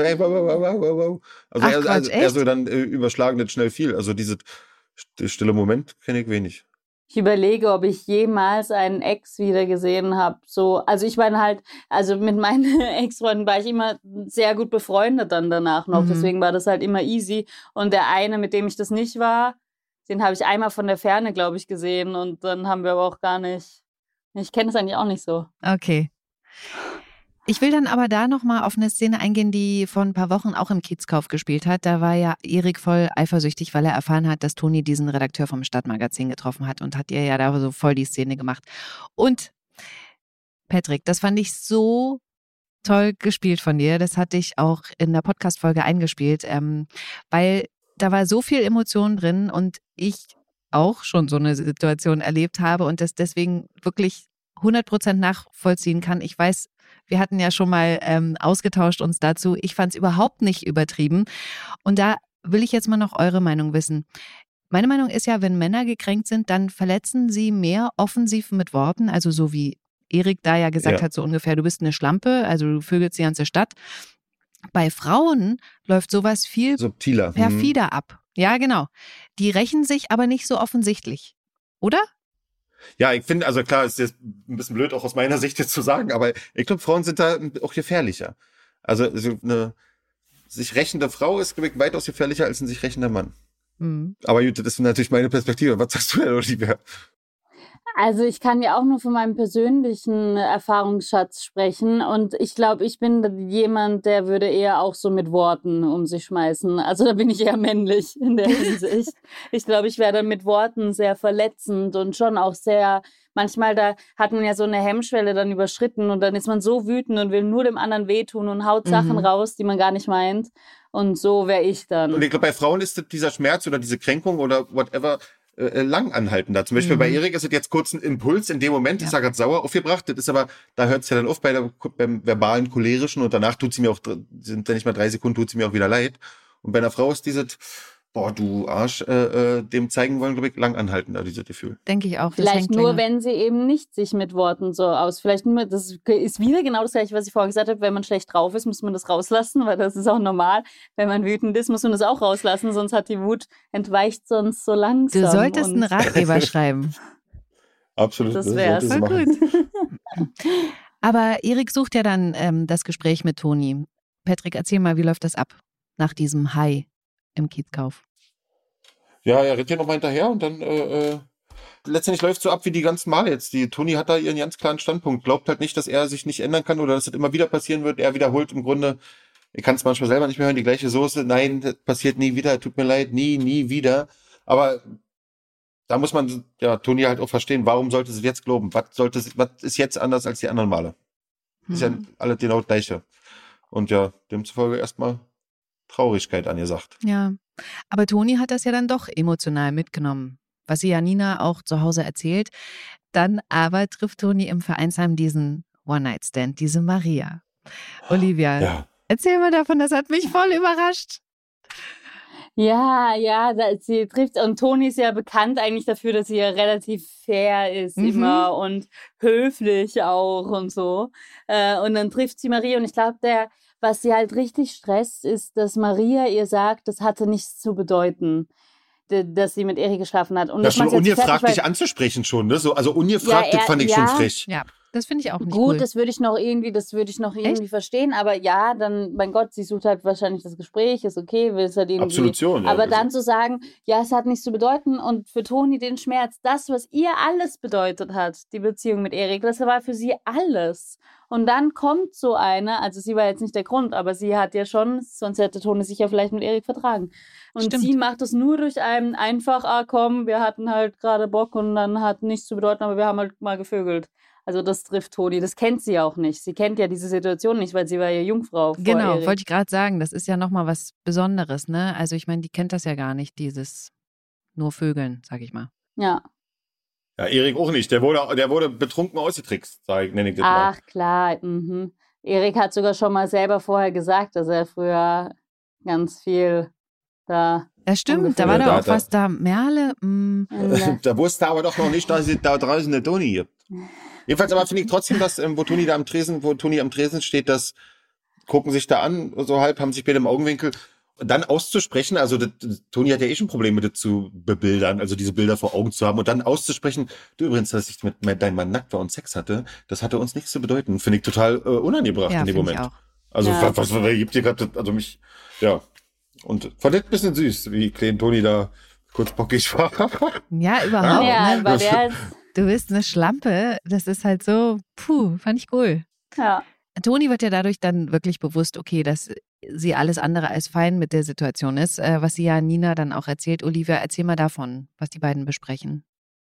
Speaker 3: Ach
Speaker 5: eher,
Speaker 3: Quatsch,
Speaker 5: eher so
Speaker 3: echt?
Speaker 5: dann überschlagen nicht schnell viel. Also diese stille Moment kenne ich wenig.
Speaker 4: Ich überlege, ob ich jemals einen Ex wieder gesehen habe. So, also ich meine halt, also mit meinen Ex-Freunden war ich immer sehr gut befreundet dann danach noch.
Speaker 3: Mhm.
Speaker 4: Deswegen war das halt immer easy. Und der eine, mit dem ich das nicht war, den habe ich einmal von der Ferne, glaube ich, gesehen. Und dann haben wir aber auch gar nicht. Ich kenne das eigentlich auch nicht so.
Speaker 3: Okay. Ich will dann aber da nochmal auf eine Szene eingehen, die vor ein paar Wochen auch im Kiezkauf gespielt hat. Da war ja Erik voll eifersüchtig, weil er erfahren hat, dass Toni diesen Redakteur vom Stadtmagazin getroffen hat und hat ihr ja da so voll die Szene gemacht. Und Patrick, das fand ich so toll gespielt von dir. Das hatte ich auch in der Podcast-Folge eingespielt, weil da war so viel Emotion drin und ich auch schon so eine Situation erlebt habe und das deswegen wirklich 100% nachvollziehen kann. Ich weiß, wir hatten ja schon mal ausgetauscht uns dazu. Ich fand es überhaupt nicht übertrieben. Und da will ich jetzt mal noch eure Meinung wissen. Meine Meinung ist ja, wenn Männer gekränkt sind, dann verletzen sie mehr offensiv mit Worten, also so wie Erik da ja gesagt hat, so ungefähr, du bist eine Schlampe, also du vögelst die ganze Stadt. Bei Frauen läuft sowas viel
Speaker 5: Subtiler.
Speaker 3: perfider ab. Ja, genau. Die rächen sich aber nicht so offensichtlich. Oder?
Speaker 5: Ja, ich finde, also klar, ist jetzt ein bisschen blöd auch aus meiner Sicht jetzt zu sagen, aber ich glaube, Frauen sind da auch gefährlicher. Also eine sich rächende Frau ist, glaube ich, weitaus gefährlicher als ein sich rächender Mann.
Speaker 3: Mhm.
Speaker 5: Aber gut, das ist natürlich meine Perspektive. Was sagst du denn, Olivia?
Speaker 4: Also ich kann ja auch nur von meinem persönlichen Erfahrungsschatz sprechen und ich glaube, ich bin jemand, der würde eher auch so mit Worten um sich schmeißen. Also da bin ich eher männlich in der Hinsicht. Ich glaube, ich wäre dann mit Worten sehr verletzend und schon auch sehr, manchmal da hat man ja so eine Hemmschwelle dann überschritten und dann ist man so wütend und will nur dem anderen wehtun und haut Sachen raus, die man gar nicht meint. Und so wäre ich dann.
Speaker 5: Und ich glaube, bei Frauen ist dieser Schmerz oder diese Kränkung oder whatever lang anhaltender. Zum Beispiel bei Erik ist es jetzt kurz ein Impuls in dem Moment, ist er gerade sauer aufgebracht, das ist aber, da hört es ja dann auf beim verbalen, cholerischen und danach tut sie mir auch, sind dann nicht mal 3 Sekunden, tut sie mir auch wieder leid. Und bei einer Frau ist dieses, boah, du Arsch, dem zeigen wollen, glaube ich, lang anhaltender, dieses Gefühl.
Speaker 3: Denke ich auch. Das
Speaker 4: Vielleicht
Speaker 3: hängt
Speaker 4: nur,
Speaker 3: länger.
Speaker 4: wenn sie eben nicht sich mit Worten so aus. Vielleicht nur, das ist wieder genau das Gleiche, was ich vorher gesagt habe. Wenn man schlecht drauf ist, muss man das rauslassen, weil das ist auch normal. Wenn man wütend ist, muss man das auch rauslassen, sonst hat die Wut entweicht sonst so langsam.
Speaker 3: Du solltest einen Ratgeber schreiben.
Speaker 5: Absolut.
Speaker 4: Das wär's.
Speaker 5: sollte sie
Speaker 3: Voll
Speaker 5: machen.
Speaker 3: gut. Aber Erik sucht ja dann das Gespräch mit Toni. Patrick, erzähl mal, wie läuft das ab nach diesem High im Kiezkauf?
Speaker 5: Ja, er rennt hier nochmal hinterher und dann letztendlich läuft es so ab wie die ganzen Male jetzt. Die Toni hat da ihren ganz klaren Standpunkt. Glaubt halt nicht, dass er sich nicht ändern kann oder dass das immer wieder passieren wird. Er wiederholt im Grunde, ich kann es manchmal selber nicht mehr hören, die gleiche Soße. Nein, das passiert nie wieder, tut mir leid, nie wieder. Aber da muss man ja Toni halt auch verstehen, warum sollte sie jetzt glauben? Was ist jetzt anders als die anderen Male? Ist ja alles genau das Gleiche. Und ja, demzufolge erstmal Traurigkeit angesagt.
Speaker 3: Ja, aber Toni hat das ja dann doch emotional mitgenommen, was sie ja Nina auch zu Hause erzählt. Dann aber trifft Toni im Vereinsheim diesen One-Night-Stand, diese Maria. Olivia,
Speaker 5: Ja.
Speaker 3: erzähl mal davon, das hat mich voll überrascht.
Speaker 4: Ja, sie trifft, und Toni ist ja bekannt eigentlich dafür, dass sie ja relativ fair ist immer und höflich auch und so. Und dann trifft sie Maria und ich glaube, was sie halt richtig stresst, ist, dass Maria ihr sagt, das hatte nichts zu bedeuten, dass sie mit Erik geschlafen hat. Und
Speaker 5: Das schon
Speaker 4: macht sie jetzt
Speaker 5: ungefragt
Speaker 4: fertig,
Speaker 5: dich anzusprechen schon, ne? So, also ungefragt, das fand ich schon frech.
Speaker 3: Ja, das finde ich auch nicht
Speaker 4: Gut,
Speaker 3: cool.
Speaker 4: das würde ich noch irgendwie verstehen, aber ja, dann, mein Gott, sie sucht halt wahrscheinlich das Gespräch, ist okay, will es halt irgendwie.
Speaker 5: Absolution, ja.
Speaker 4: Aber dann zu sagen, ja, es hat nichts zu bedeuten und für Toni den Schmerz, das, was ihr alles bedeutet hat, die Beziehung mit Erik, das war für sie alles. Und dann kommt so eine, also sie war jetzt nicht der Grund, aber sie hat ja schon, sonst hätte Toni sich ja vielleicht mit Erik vertragen. Und
Speaker 3: Stimmt.
Speaker 4: sie macht es nur durch einen einfach, komm, wir hatten halt gerade Bock und dann hat nichts zu bedeuten, aber wir haben halt mal gevögelt. Also das trifft Toni, das kennt sie auch nicht. Sie kennt ja diese Situation nicht, weil sie war ja Jungfrau vor
Speaker 3: Genau,
Speaker 4: Erik.
Speaker 3: wollte ich gerade sagen, das ist ja nochmal was Besonderes, ne? Also ich meine, die kennt das ja gar nicht, dieses nur Vögeln, sag ich mal.
Speaker 4: Ja.
Speaker 5: Ja, Erik auch nicht. Der wurde betrunken ausgetrickst, nenne ich das mal.
Speaker 4: Ach klar, Erik hat sogar schon mal selber vorher gesagt, dass er früher ganz viel da...
Speaker 3: Ja, stimmt,
Speaker 4: ungefähr-
Speaker 3: da war
Speaker 5: Ja,
Speaker 3: da
Speaker 5: da-
Speaker 3: auch was da, Merle,
Speaker 5: Da wusste er aber doch noch nicht, dass es da draußen eine Toni gibt. Jedenfalls aber finde ich trotzdem, dass, wo Toni am Tresen steht, das gucken sich da an, so halb, haben sich beide im Augenwinkel. Dann auszusprechen, also Toni hat ja schon Probleme, das zu bebildern, also diese Bilder vor Augen zu haben und dann auszusprechen, du übrigens, dass ich mit deinem Mann nackt war und Sex hatte, das hatte uns nichts zu bedeuten. Finde ich total unangebracht
Speaker 3: ja,
Speaker 5: in dem
Speaker 3: finde ich
Speaker 5: Moment.
Speaker 3: auch.
Speaker 5: Also
Speaker 4: Ja.
Speaker 5: was gibt ihr gerade, also mich, ja. Und fand das ein bisschen süß, wie klein Toni da kurz bockig war.
Speaker 3: Ja, überhaupt.
Speaker 4: Ja,
Speaker 3: Ne?
Speaker 4: weil der
Speaker 3: Du bist eine Schlampe, das ist halt so, fand ich cool.
Speaker 4: ja.
Speaker 3: Toni wird ja dadurch dann wirklich bewusst, okay, dass sie alles andere als fein mit der Situation ist, was sie ja Nina dann auch erzählt. Olivia, erzähl mal davon, was die beiden besprechen.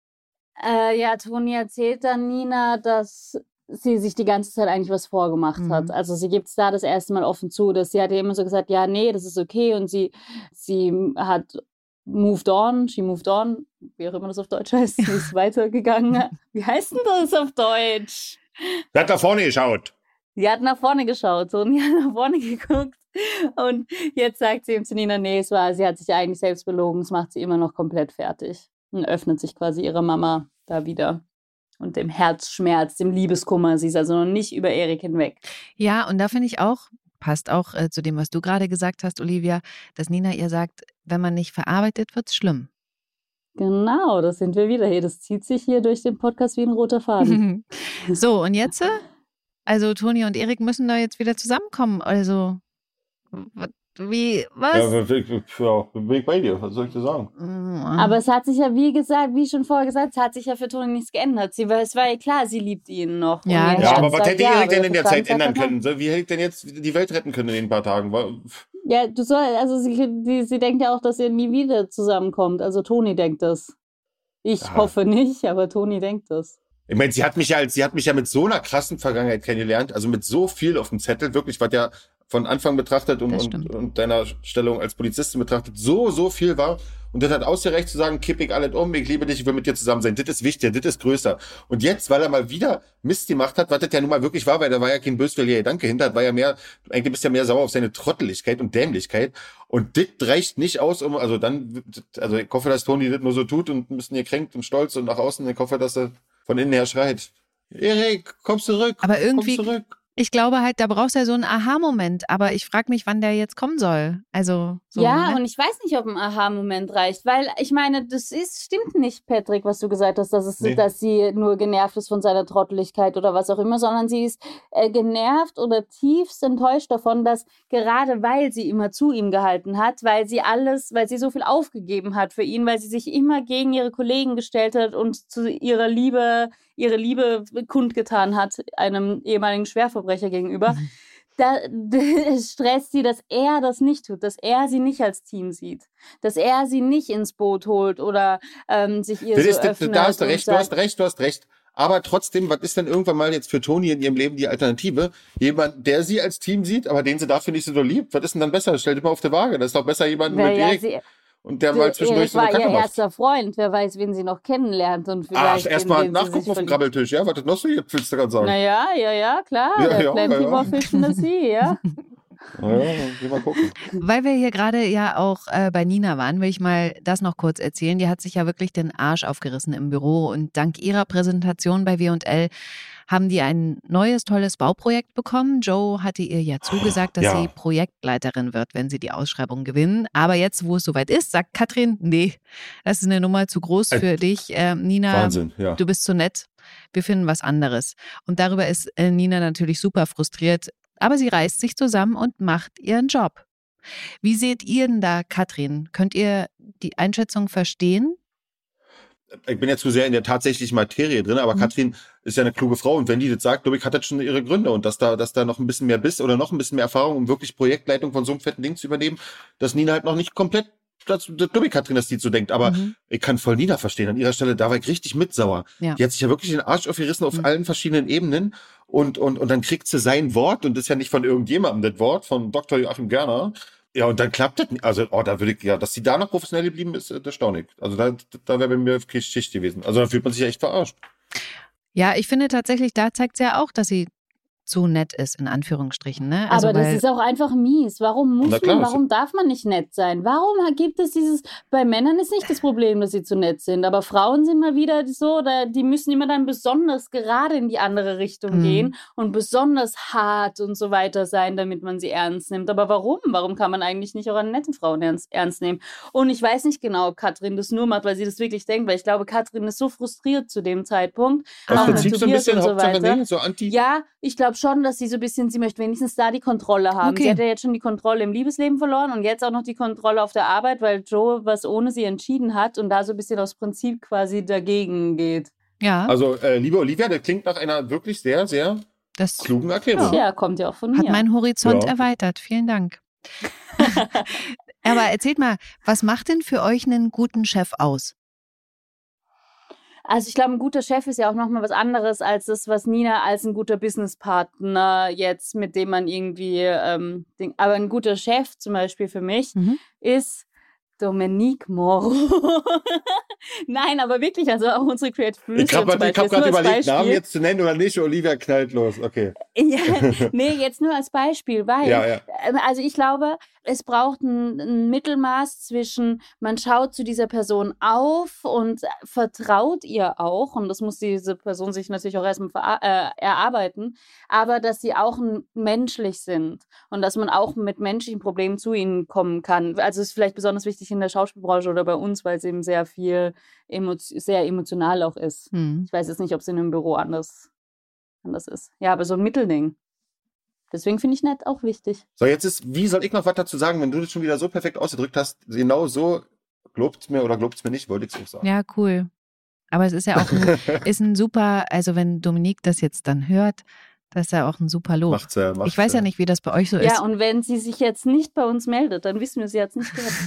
Speaker 4: Ja, Toni erzählt dann Nina, dass sie sich die ganze Zeit eigentlich was vorgemacht hat. Also sie gibt es da das erste Mal offen zu, dass sie hat ja immer so gesagt, ja, nee, das ist okay und sie hat moved on, wie auch immer das auf Deutsch heißt, sie ist weitergegangen. Wie heißt denn das auf Deutsch?
Speaker 5: Der hat da vorne geschaut.
Speaker 4: Sie hat nach vorne geschaut, Toni hat nach vorne geguckt und jetzt sagt sie ihm zu Nina, nee, sie hat sich eigentlich selbst belogen, das macht sie immer noch komplett fertig und öffnet sich quasi ihrer Mama da wieder und dem Herzschmerz, dem Liebeskummer, sie ist also noch nicht über Erik hinweg.
Speaker 3: Ja, und da finde ich auch, passt auch zu dem, was du gerade gesagt hast, Olivia, dass Nina ihr sagt, wenn man nicht verarbeitet, wird's schlimm.
Speaker 4: Genau, das sind wir wieder hier, das zieht sich hier durch den Podcast wie ein roter Faden.
Speaker 3: So, und jetzt? Also Toni und Erik müssen da jetzt wieder zusammenkommen. Also, was?
Speaker 5: Ja, bin ich bei dir, was soll ich dir sagen?
Speaker 4: Aber es hat sich ja, wie schon vorher gesagt, es hat sich ja für Toni nichts geändert. Es war ja klar, sie liebt ihn noch.
Speaker 3: Ja,
Speaker 4: Und
Speaker 5: Ja,
Speaker 4: er
Speaker 5: aber
Speaker 4: hat
Speaker 5: was
Speaker 4: gesagt,
Speaker 5: hätte
Speaker 4: ja,
Speaker 5: Erik
Speaker 4: aber
Speaker 5: denn in der Zeit
Speaker 4: Verstand
Speaker 5: ändern
Speaker 4: hat er-
Speaker 5: können? Wie hätte ich denn jetzt die Welt retten können in den paar Tagen?
Speaker 4: Ja, sie denkt ja auch, dass ihr nie wieder zusammenkommt. Also Toni denkt das. Ich
Speaker 5: Ja.
Speaker 4: hoffe nicht, aber Toni denkt das.
Speaker 5: Ich meine, sie hat mich ja mit so einer krassen Vergangenheit kennengelernt, also mit so viel auf dem Zettel, wirklich, was ja von Anfang betrachtet
Speaker 3: Das
Speaker 5: und
Speaker 3: stimmt.
Speaker 5: deiner Stellung als Polizistin betrachtet, so viel war. Und das hat ausgereicht zu sagen, kipp ich alles um, ich liebe dich, ich will mit dir zusammen sein. Das ist wichtiger, das ist größer. Und jetzt, weil er mal wieder Mist gemacht hat, was das ja nun mal wirklich war, weil da war ja kein böswilliger Gedanke hinter, das war ja mehr, eigentlich bist du ja mehr sauer auf seine Trotteligkeit und Dämlichkeit. Und das reicht nicht aus, also ich hoffe, dass Toni das nur so tut und ein bisschen gekränkt und stolz und nach außen, ich hoffe, dass er von innen her schreit. Erik, komm zurück.
Speaker 3: Aber irgendwie,
Speaker 5: Komm zurück.
Speaker 3: ich glaube halt, da brauchst du ja so einen Aha-Moment. Aber ich frage mich, wann der jetzt kommen soll. Also, so,
Speaker 4: Ja,
Speaker 3: ne?
Speaker 4: und ich weiß nicht, ob ein Aha-Moment reicht, weil ich meine, stimmt nicht, Patrick, was du gesagt hast,
Speaker 5: Nee.
Speaker 4: dass sie nur genervt ist von seiner Trotteligkeit oder was auch immer, sondern sie ist genervt oder tiefst enttäuscht davon, dass gerade weil sie immer zu ihm gehalten hat, weil sie so viel aufgegeben hat für ihn, weil sie sich immer gegen ihre Kollegen gestellt hat und zu ihre Liebe kundgetan hat, einem ehemaligen Schwerverbrecher gegenüber. Da stresst sie, dass er das nicht tut, dass er sie nicht als Team sieht, dass er sie nicht ins Boot holt oder sich ihr so öffnet.
Speaker 5: Da hast du
Speaker 4: und
Speaker 5: recht,
Speaker 4: sagt,
Speaker 5: du hast recht. Aber trotzdem, was ist denn irgendwann mal jetzt für Toni in ihrem Leben die Alternative? Jemand, der sie als Team sieht, aber den sie dafür nicht so doll liebt. Was ist denn dann besser? Stell dir mal auf die Waage. Das ist doch besser jemand mit Erik und der mal zwischendurch
Speaker 4: Erik
Speaker 5: so eine
Speaker 4: war
Speaker 5: Kacke
Speaker 4: ihr
Speaker 5: macht.
Speaker 4: erster Freund, wer weiß, wen sie noch kennenlernt und vielleicht
Speaker 5: Erstmal
Speaker 4: wen sie
Speaker 5: nachgucken
Speaker 4: sich
Speaker 5: auf dem
Speaker 4: von-
Speaker 5: Krabbeltisch. Ja, was das noch so gibt, willst du gerade sagen.
Speaker 4: Ja, klar,
Speaker 5: Ja,
Speaker 4: der
Speaker 5: ja,
Speaker 4: Plenty
Speaker 5: ja.
Speaker 4: more fish in the sea, ja.
Speaker 5: Ja, geh mal gucken.
Speaker 3: Weil wir hier gerade ja auch bei Nina waren, will ich mal das noch kurz erzählen. Die hat sich ja wirklich den Arsch aufgerissen im Büro und dank ihrer Präsentation bei W&L haben die ein neues, tolles Bauprojekt bekommen. Joe hatte ihr ja zugesagt, dass
Speaker 5: Ja.
Speaker 3: sie Projektleiterin wird, wenn sie die Ausschreibung gewinnen. Aber jetzt, wo es soweit ist, sagt Katrin, nee, das ist eine Nummer zu groß für dich, Nina.
Speaker 5: Wahnsinn, ja.
Speaker 3: Du bist zu nett, wir finden was anderes. Und darüber ist Nina natürlich super frustriert, aber sie reißt sich zusammen und macht ihren Job. Wie seht ihr denn da, Katrin? Könnt ihr die Einschätzung verstehen?
Speaker 5: Ich bin ja zu sehr in der tatsächlichen Materie drin, aber Katrin ist ja eine kluge Frau und wenn die das sagt, glaube ich, hat das schon ihre Gründe und dass da noch ein bisschen mehr Biss oder noch ein bisschen mehr Erfahrung, um wirklich Projektleitung von so einem fetten Ding zu übernehmen, dass Nina halt noch nicht komplett dumme Katrin, dass die so denkt, aber ich kann voll Nina verstehen. An ihrer Stelle, da war ich richtig mitsauer.
Speaker 3: Ja.
Speaker 5: Die hat sich ja wirklich den Arsch aufgerissen auf allen verschiedenen Ebenen und dann kriegt sie sein Wort und das ist ja nicht von irgendjemandem, das Wort von Dr. Joachim Gerner. Ja, und dann klappt das nicht. Also, da würde ich, ja, dass sie da noch professionell geblieben ist, das staune ich. Also, da wäre bei mir Geschichte gewesen. Also, da fühlt man sich ja echt verarscht.
Speaker 3: Ja, ich finde tatsächlich, da zeigt sie ja auch, dass sie zu nett ist, in Anführungsstrichen. Ne?
Speaker 4: Also, aber das ist auch einfach mies. Warum darf man nicht nett sein? Warum gibt es bei Männern ist nicht das Problem, dass sie zu nett sind, aber Frauen sind mal wieder so, die müssen immer dann besonders gerade in die andere Richtung gehen und besonders hart und so weiter sein, damit man sie ernst nimmt. Aber warum? Warum kann man eigentlich nicht auch eine nette Frau ernst nehmen? Und ich weiß nicht genau, ob Katrin das nur macht, weil sie das wirklich denkt, weil ich glaube, Katrin ist so frustriert zu dem Zeitpunkt.
Speaker 5: Aus Prinzip so ein bisschen Hauptsache, so anti.
Speaker 4: Ja, ich glaube schon, dass sie so ein bisschen, sie möchte wenigstens da die Kontrolle haben.
Speaker 3: Okay.
Speaker 4: Sie hat ja jetzt schon die Kontrolle im Liebesleben verloren und jetzt auch noch die Kontrolle auf der Arbeit, weil Joe was ohne sie entschieden hat und da so ein bisschen aus Prinzip quasi dagegen geht.
Speaker 3: Ja.
Speaker 5: Also, liebe Olivia, das klingt nach einer wirklich sehr, sehr klugen Erklärung.
Speaker 4: Ja, kommt ja auch von mir.
Speaker 3: Hat meinen Horizont erweitert. Vielen Dank. Aber erzählt mal, was macht denn für euch einen guten Chef aus?
Speaker 4: Also ich glaube, ein guter Chef ist ja auch nochmal was anderes als das, was Nina als ein guter Businesspartner jetzt, mit dem man irgendwie, aber ein guter Chef zum Beispiel für mich ist Dominique Moreau. Nein, aber wirklich, also auch unsere Creative Producer.
Speaker 5: Ich habe gerade überlegt, Namen jetzt zu nennen oder nicht. Olivia knallt los, okay.
Speaker 4: Ja, nee, jetzt nur als Beispiel, weil, also ich glaube, es braucht ein Mittelmaß zwischen, man schaut zu dieser Person auf und vertraut ihr auch, und das muss diese Person sich natürlich auch erstmal erarbeiten, aber dass sie auch menschlich sind und dass man auch mit menschlichen Problemen zu ihnen kommen kann. Also es ist vielleicht besonders wichtig in der Schauspielbranche oder bei uns, weil es eben sehr viel, sehr emotional auch ist. Ich weiß jetzt nicht, ob es in einem Büro anders ist. Ja, aber so ein Mittelding. Deswegen finde ich nett auch wichtig.
Speaker 5: So, wie soll ich noch was dazu sagen, wenn du das schon wieder so perfekt ausgedrückt hast? Genau so, glaubt's mir oder glaubt's mir nicht, wollte ich es auch sagen.
Speaker 3: Ja, cool. Aber es ist ja auch ein super, also wenn Dominique das jetzt dann hört, das ist ja auch ein super Lob. Ich weiß ja nicht, wie das bei euch so ist.
Speaker 4: Ja, und wenn sie sich jetzt nicht bei uns meldet, dann wissen wir, sie hat es nicht gehört.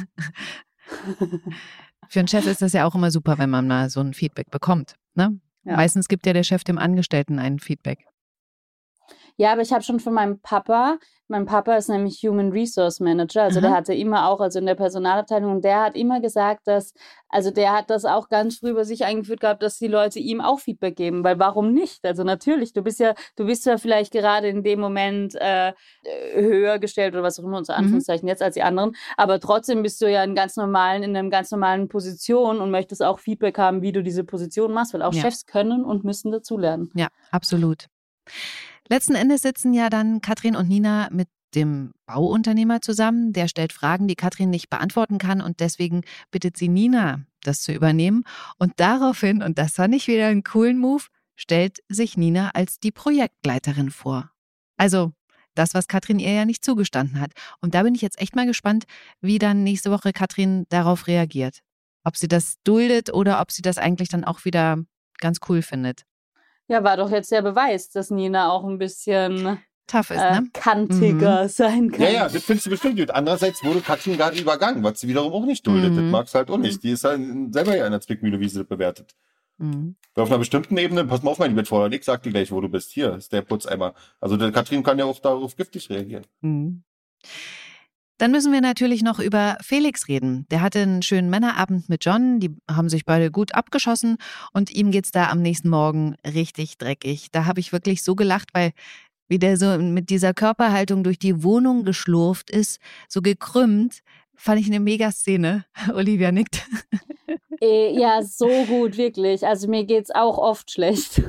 Speaker 3: Für einen Chef ist das ja auch immer super, wenn man mal so ein Feedback bekommt. Ne? Ja. Meistens gibt ja der Chef dem Angestellten ein Feedback.
Speaker 4: Ja, aber ich habe schon von mein Papa ist nämlich Human Resource Manager, also der hatte immer auch, also in der Personalabteilung, und der hat immer gesagt, der hat das auch ganz früh über sich eingeführt gehabt, dass die Leute ihm auch Feedback geben, weil warum nicht? Also natürlich, du bist ja vielleicht gerade in dem Moment höher gestellt oder was auch immer, unter Anführungszeichen jetzt als die anderen, aber trotzdem bist du ja in einer ganz normalen Position und möchtest auch Feedback haben, wie du diese Position machst, weil auch Chefs können und müssen dazulernen.
Speaker 3: Ja, absolut. Letzten Endes sitzen ja dann Katrin und Nina mit dem Bauunternehmer zusammen. Der stellt Fragen, die Katrin nicht beantworten kann, und deswegen bittet sie Nina, das zu übernehmen. Und daraufhin, und das fand ich wieder einen coolen Move, stellt sich Nina als die Projektleiterin vor. Also das, was Katrin ihr ja nicht zugestanden hat. Und da bin ich jetzt echt mal gespannt, wie dann nächste Woche Katrin darauf reagiert. Ob sie das duldet oder ob sie das eigentlich dann auch wieder ganz cool findet.
Speaker 4: Ja, war doch jetzt der Beweis, dass Nina auch ein bisschen
Speaker 3: tough ist, ne?
Speaker 4: Kantiger sein kann.
Speaker 5: Ja, das findest du bestimmt gut. Andererseits wurde Katrin gerade übergangen, was sie wiederum auch nicht duldet. Das mag sie halt auch nicht. Die ist halt selber ja in der Zwickmühle, wie sie das bewertet. Auf einer bestimmten Ebene, pass mal auf, mein Betreuer, ich sag dir gleich, wo du bist. Hier ist der Putzeimer. Also der Katrin kann ja auch darauf giftig reagieren.
Speaker 3: Dann müssen wir natürlich noch über Felix reden. Der hatte einen schönen Männerabend mit John, die haben sich beide gut abgeschossen und ihm geht's da am nächsten Morgen richtig dreckig. Da habe ich wirklich so gelacht, weil wie der so mit dieser Körperhaltung durch die Wohnung geschlurft ist, so gekrümmt, fand ich eine Megaszene. Olivia nickt.
Speaker 4: Ja, so gut, wirklich. Also mir geht's auch oft schlecht.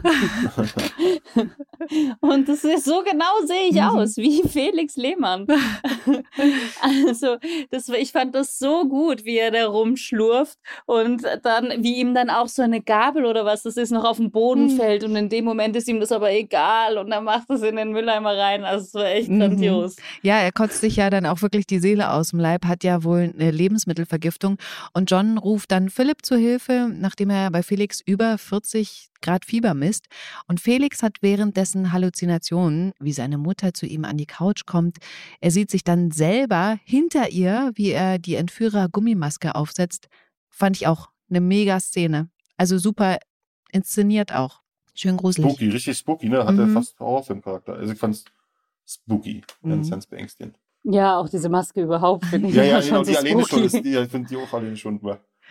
Speaker 4: Und das ist so genau sehe ich aus, wie Felix Lehmann. Also ich fand das so gut, wie er da rumschlurft und dann, wie ihm dann auch so eine Gabel oder was das ist, noch auf den Boden fällt und in dem Moment ist ihm das aber egal und er macht das in den Mülleimer rein. Also es war echt grandios.
Speaker 3: Ja, er kotzt sich ja dann auch wirklich die Seele aus dem Leib, hat ja wohl eine Lebensmittelvergiftung und John ruft dann Philipp zur Hilfe, nachdem er bei Felix über 40 Grad Fieber misst. Und Felix hat währenddessen Halluzinationen, wie seine Mutter zu ihm an die Couch kommt. Er sieht sich dann selber hinter ihr, wie er die Entführer-Gummimaske aufsetzt. Fand ich auch eine Mega-Szene. Also super inszeniert auch. Schön gruselig.
Speaker 5: Spooky, richtig spooky, ne? Hatte fast Horrorfilmcharakter. Also ich fand's spooky, ganz beängstigend.
Speaker 4: Ja, auch diese Maske überhaupt finde ich
Speaker 5: Ja,
Speaker 4: schon
Speaker 5: genau,
Speaker 4: so
Speaker 5: die alleine schon,
Speaker 4: spooky.
Speaker 5: ich finde die auch alleine schon.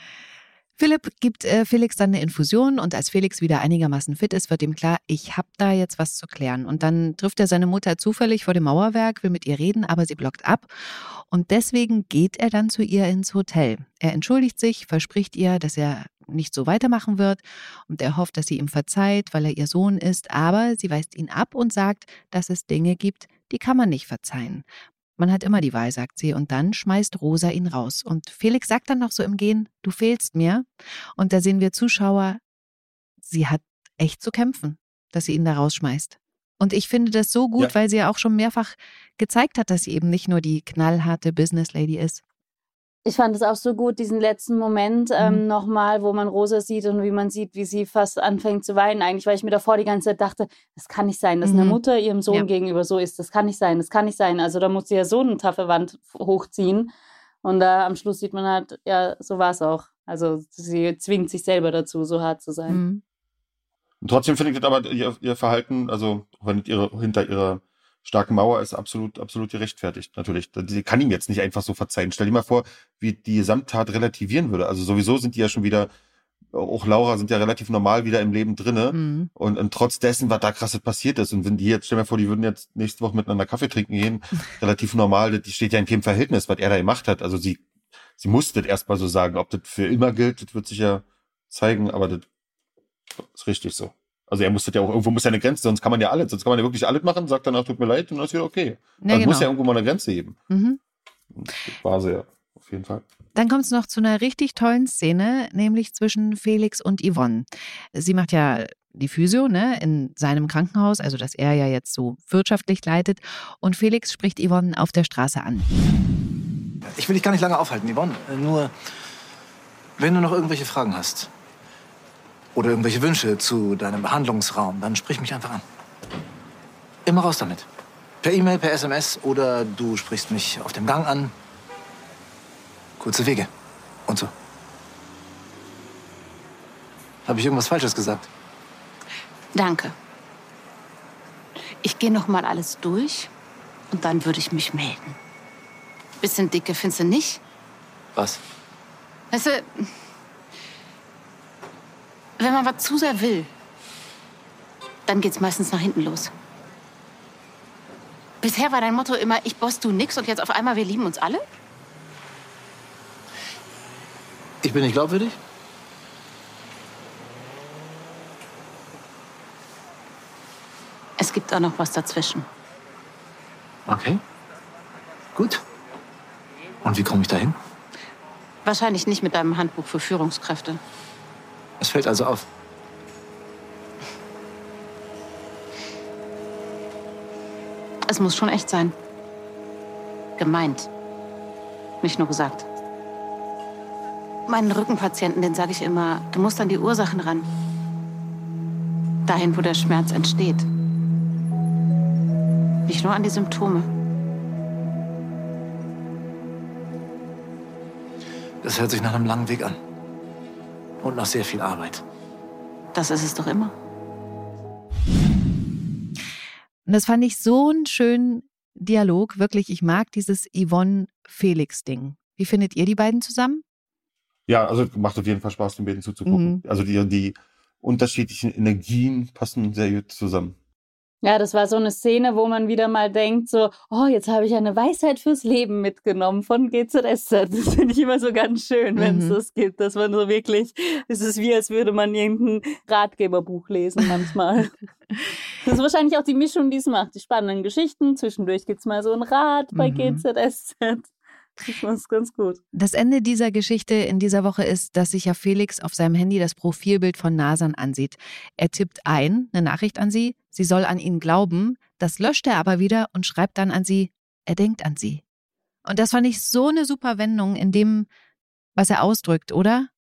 Speaker 3: Philipp gibt Felix dann eine Infusion und als Felix wieder einigermaßen fit ist, wird ihm klar, ich habe da jetzt was zu klären. Und dann trifft er seine Mutter zufällig vor dem Mauerwerk, will mit ihr reden, aber sie blockt ab. Und deswegen geht er dann zu ihr ins Hotel. Er entschuldigt sich, verspricht ihr, dass er nicht so weitermachen wird und er hofft, dass sie ihm verzeiht, weil er ihr Sohn ist, aber sie weist ihn ab und sagt, dass es Dinge gibt, die kann man nicht verzeihen. Man hat immer die Wahl, sagt sie, und dann schmeißt Rosa ihn raus. Und Felix sagt dann noch so im Gehen, du fehlst mir. Und da sehen wir Zuschauer, sie hat echt zu kämpfen, dass sie ihn da rausschmeißt. Und ich finde das so gut, weil sie ja auch schon mehrfach gezeigt hat, dass sie eben nicht nur die knallharte Business Lady ist.
Speaker 4: Ich fand es auch so gut, diesen letzten Moment nochmal, wo man Rosa sieht und wie man sieht, wie sie fast anfängt zu weinen eigentlich, weil ich mir davor die ganze Zeit dachte, das kann nicht sein, dass eine Mutter ihrem Sohn gegenüber so ist, das kann nicht sein, das kann nicht sein. Also da muss sie ja so eine taffe Wand hochziehen und da am Schluss sieht man halt, ja, so war es auch. Also sie zwingt sich selber dazu, so hart zu sein.
Speaker 5: Und trotzdem finde ich das aber ihr Verhalten, also wenn hinter ihrer starke Mauer ist absolut gerechtfertigt, natürlich. Die kann ihm jetzt nicht einfach so verzeihen. Stell dir mal vor, wie die Gesamttat relativieren würde. Also sowieso sind die ja schon wieder, auch Laura sind ja relativ normal wieder im Leben drinne. Und trotz dessen, was da krass passiert ist. Und wenn die jetzt, stell dir mal vor, die würden jetzt nächste Woche miteinander Kaffee trinken gehen, relativ normal, die steht ja in keinem Verhältnis, was er da gemacht hat. Also sie musste das erstmal so sagen. Ob das für immer gilt, das wird sich ja zeigen, aber das ist richtig so. Also er muss das ja auch, irgendwo muss ja eine Grenze, sonst kann man ja wirklich alles machen, sagt danach, tut mir leid, und dann ist wieder okay. Ja, genau. Muss ja irgendwo mal eine Grenze geben. Das war sie ja, auf jeden Fall.
Speaker 3: Dann kommt es noch zu einer richtig tollen Szene, nämlich zwischen Felix und Yvonne. Sie macht ja die Physio, ne, in seinem Krankenhaus, also das er ja jetzt so wirtschaftlich leitet. Und Felix spricht Yvonne auf der Straße an.
Speaker 7: Ich will dich gar nicht lange aufhalten, Yvonne. Nur, wenn du noch irgendwelche Fragen hast oder irgendwelche Wünsche zu deinem Behandlungsraum, dann sprich mich einfach an. Immer raus damit. Per E-Mail, per SMS oder du sprichst mich auf dem Gang an. Kurze Wege und so. Habe ich irgendwas Falsches gesagt?
Speaker 8: Danke. Ich gehe noch mal alles durch und dann würde ich mich melden. Bisschen dicke, findest du nicht?
Speaker 7: Was?
Speaker 8: Weißt du, wenn man was zu sehr will, dann geht's meistens nach hinten los. Bisher war dein Motto immer, ich boss, du nix und jetzt auf einmal, wir lieben uns alle?
Speaker 7: Ich bin nicht glaubwürdig?
Speaker 8: Es gibt auch noch was dazwischen.
Speaker 7: Okay. Gut. Und wie komme ich dahin?
Speaker 8: Wahrscheinlich nicht mit deinem Handbuch für Führungskräfte.
Speaker 7: Es fällt also auf.
Speaker 8: Es muss schon echt sein. Gemeint. Nicht nur gesagt. Meinen Rückenpatienten, denen sage ich immer, du musst an die Ursachen ran. Dahin, wo der Schmerz entsteht. Nicht nur an die Symptome.
Speaker 7: Das hört sich nach einem langen Weg an. Und nach sehr viel Arbeit.
Speaker 8: Das ist es doch immer.
Speaker 3: Und das fand ich so einen schönen Dialog. Wirklich, ich mag dieses Yvonne-Felix-Ding. Wie findet ihr die beiden zusammen?
Speaker 5: Ja, also macht auf jeden Fall Spaß, den beiden zuzugucken. Also die unterschiedlichen Energien passen sehr gut zusammen.
Speaker 4: Ja, das war so eine Szene, wo man wieder mal denkt, so, oh, jetzt habe ich eine Weisheit fürs Leben mitgenommen von GZSZ. Das finde ich immer so ganz schön, wenn es das gibt, dass man so wirklich, es ist wie, als würde man irgendein Ratgeberbuch lesen manchmal. Das ist wahrscheinlich auch die Mischung, die es macht. Die spannenden Geschichten, zwischendurch gibt es mal so einen Rat bei GZSZ. Das ist ganz gut.
Speaker 3: Das Ende dieser Geschichte in dieser Woche ist, dass sich ja Felix auf seinem Handy das Profilbild von Nasan ansieht. Er tippt eine Nachricht an sie soll an ihn glauben, das löscht er aber wieder und schreibt dann an sie, er denkt an sie. Und das fand ich so eine super Wendung in dem, was er ausdrückt, oder?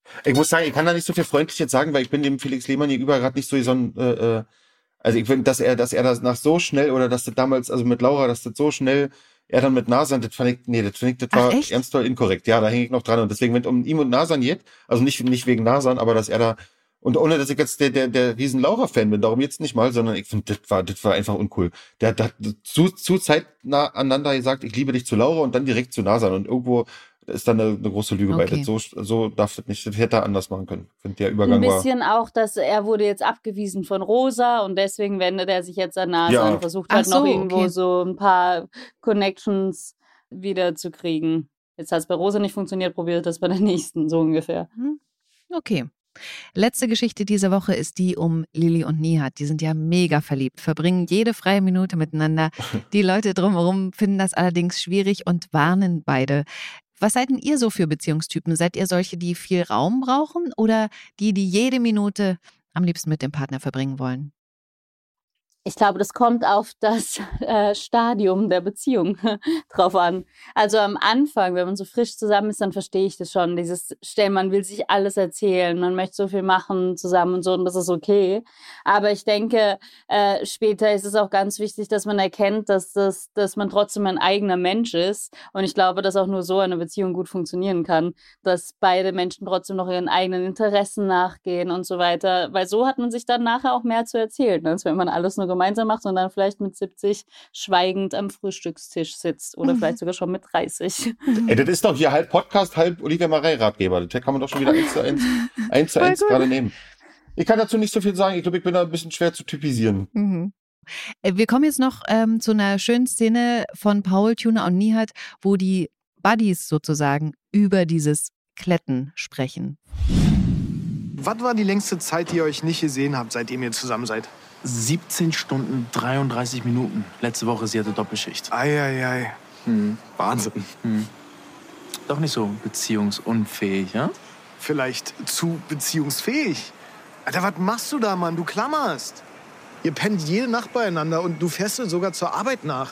Speaker 5: Ich muss sagen, ich kann da nicht so viel freundlich jetzt sagen, weil ich bin dem Felix Lehmann gegenüber gerade nicht so ein, also ich finde, dass er das nach so schnell, oder dass das damals, also mit Laura, dass das so schnell, er dann mit Nasan, das war ernst toll inkorrekt. Ja, da hänge ich noch dran. Und deswegen, wenn es um ihn und Nasan geht, also nicht wegen Nasan, aber dass er da, und ohne, dass ich jetzt der riesen Laura-Fan bin, darum jetzt nicht mal, sondern ich finde, das war einfach uncool. Der hat zu zeitnah aneinander gesagt, ich liebe dich zu Laura und dann direkt zu Nasan. Und irgendwo ist dann eine große Lüge bei. Das so darf das nicht, das hätte er anders machen können. Ich finde, der Übergang war...
Speaker 4: Ein bisschen auch, dass er wurde jetzt abgewiesen von Rosa und deswegen wendet er sich jetzt an Nasan und versucht halt noch irgendwo so ein paar Connections wieder zu kriegen. Jetzt hat es bei Rosa nicht funktioniert, probiert das bei der nächsten, so ungefähr.
Speaker 3: Okay. Letzte Geschichte dieser Woche ist die um Lili und Nihat. Die sind ja mega verliebt, verbringen jede freie Minute miteinander. Die Leute drumherum finden das allerdings schwierig und warnen beide. Was seid denn ihr so für Beziehungstypen? Seid ihr solche, die viel Raum brauchen oder die jede Minute am liebsten mit dem Partner verbringen wollen?
Speaker 4: Ich glaube, das kommt auf das Stadium der Beziehung drauf an. Also am Anfang, wenn man so frisch zusammen ist, dann verstehe ich das schon. Dieses Stellen, man will sich alles erzählen, man möchte so viel machen zusammen und so, und das ist okay. Aber ich denke, später ist es auch ganz wichtig, dass man erkennt, dass man trotzdem ein eigener Mensch ist. Und ich glaube, dass auch nur so eine Beziehung gut funktionieren kann, dass beide Menschen trotzdem noch ihren eigenen Interessen nachgehen und so weiter. Weil so hat man sich dann nachher auch mehr zu erzählen, als wenn man alles nur gemeinsam macht und dann vielleicht mit 70 schweigend am Frühstückstisch sitzt oder vielleicht sogar schon mit 30.
Speaker 5: Ey, das ist doch hier halb Podcast, halb Olivia Marei-Ratgeber. Das kann man doch schon wieder 1:1 gerade nehmen. Ich kann dazu nicht so viel sagen. Ich glaube, ich bin da ein bisschen schwer zu typisieren.
Speaker 3: Mhm. Wir kommen jetzt noch zu einer schönen Szene von Paul, Tuna und Nihat, wo die Buddies sozusagen über dieses Kletten sprechen.
Speaker 9: Was war die längste Zeit, die ihr euch nicht gesehen habt, seitdem ihr zusammen seid?
Speaker 10: 17 Stunden, 33 Minuten. Letzte Woche, sie hatte Doppelschicht.
Speaker 9: Eieiei.
Speaker 10: Wahnsinn. Doch nicht so beziehungsunfähig, ja?
Speaker 9: Vielleicht zu beziehungsfähig. Alter, was machst du da, Mann? Du klammerst. Ihr pennt jede Nacht beieinander und du fährst sogar zur Arbeit nach.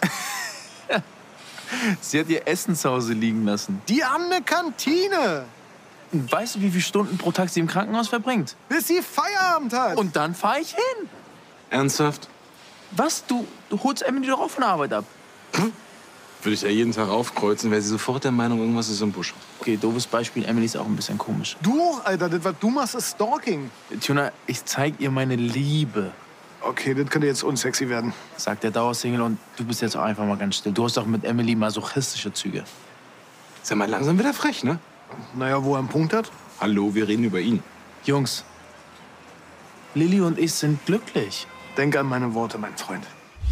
Speaker 10: Sie hat ihr Essen zu Hause liegen lassen.
Speaker 9: Die haben eine Kantine.
Speaker 10: Weißt du, wie viele Stunden pro Tag sie im Krankenhaus verbringt?
Speaker 9: Bis sie Feierabend hat.
Speaker 10: Und dann fahre ich hin.
Speaker 11: Ernsthaft?
Speaker 10: Was? Du holst Emily doch auch von der Arbeit ab.
Speaker 11: Würde ich ja jeden Tag aufkreuzen, wäre sie sofort der Meinung, irgendwas ist im Busch.
Speaker 10: Okay, doofes Beispiel. Emily ist auch ein bisschen komisch.
Speaker 9: Du, Alter, das, was du machst, ist Stalking.
Speaker 10: Tuna, ich zeig ihr meine Liebe.
Speaker 9: Okay, das könnte jetzt unsexy werden.
Speaker 10: Sagt der Dauersingle, und du bist jetzt auch einfach mal ganz still. Du hast doch mit Emily masochistische Züge.
Speaker 11: Ist ja mal langsam wieder frech, ne?
Speaker 9: Naja, wo er einen Punkt hat.
Speaker 11: Hallo, wir reden über ihn.
Speaker 10: Jungs, Lili und ich sind glücklich.
Speaker 9: Denk an meine Worte, mein Freund.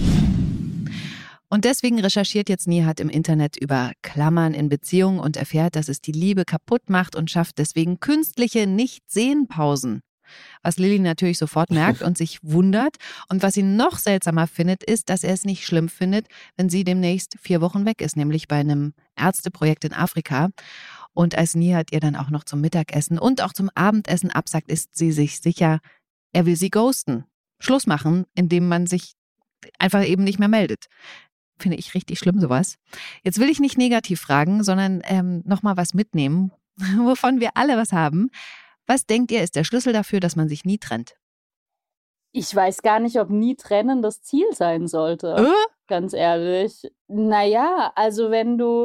Speaker 3: Und deswegen recherchiert jetzt Nihat im Internet über Klammern in Beziehungen und erfährt, dass es die Liebe kaputt macht und schafft deswegen künstliche Nicht-Sehen-Pausen. Was Lili natürlich sofort merkt und sich wundert. Und was sie noch seltsamer findet, ist, dass er es nicht schlimm findet, wenn sie demnächst 4 Wochen weg ist, nämlich bei einem Ärzteprojekt in Afrika. Und als Nihat ihr dann auch noch zum Mittagessen und auch zum Abendessen absagt, ist sie sich sicher, er will sie ghosten. Schluss machen, indem man sich einfach eben nicht mehr meldet. Finde ich richtig schlimm, sowas. Jetzt will ich nicht negativ fragen, sondern nochmal was mitnehmen, wovon wir alle was haben. Was denkt ihr, ist der Schlüssel dafür, dass man sich nie trennt?
Speaker 4: Ich weiß gar nicht, ob nie trennen das Ziel sein sollte. Ganz ehrlich. Naja, also wenn du...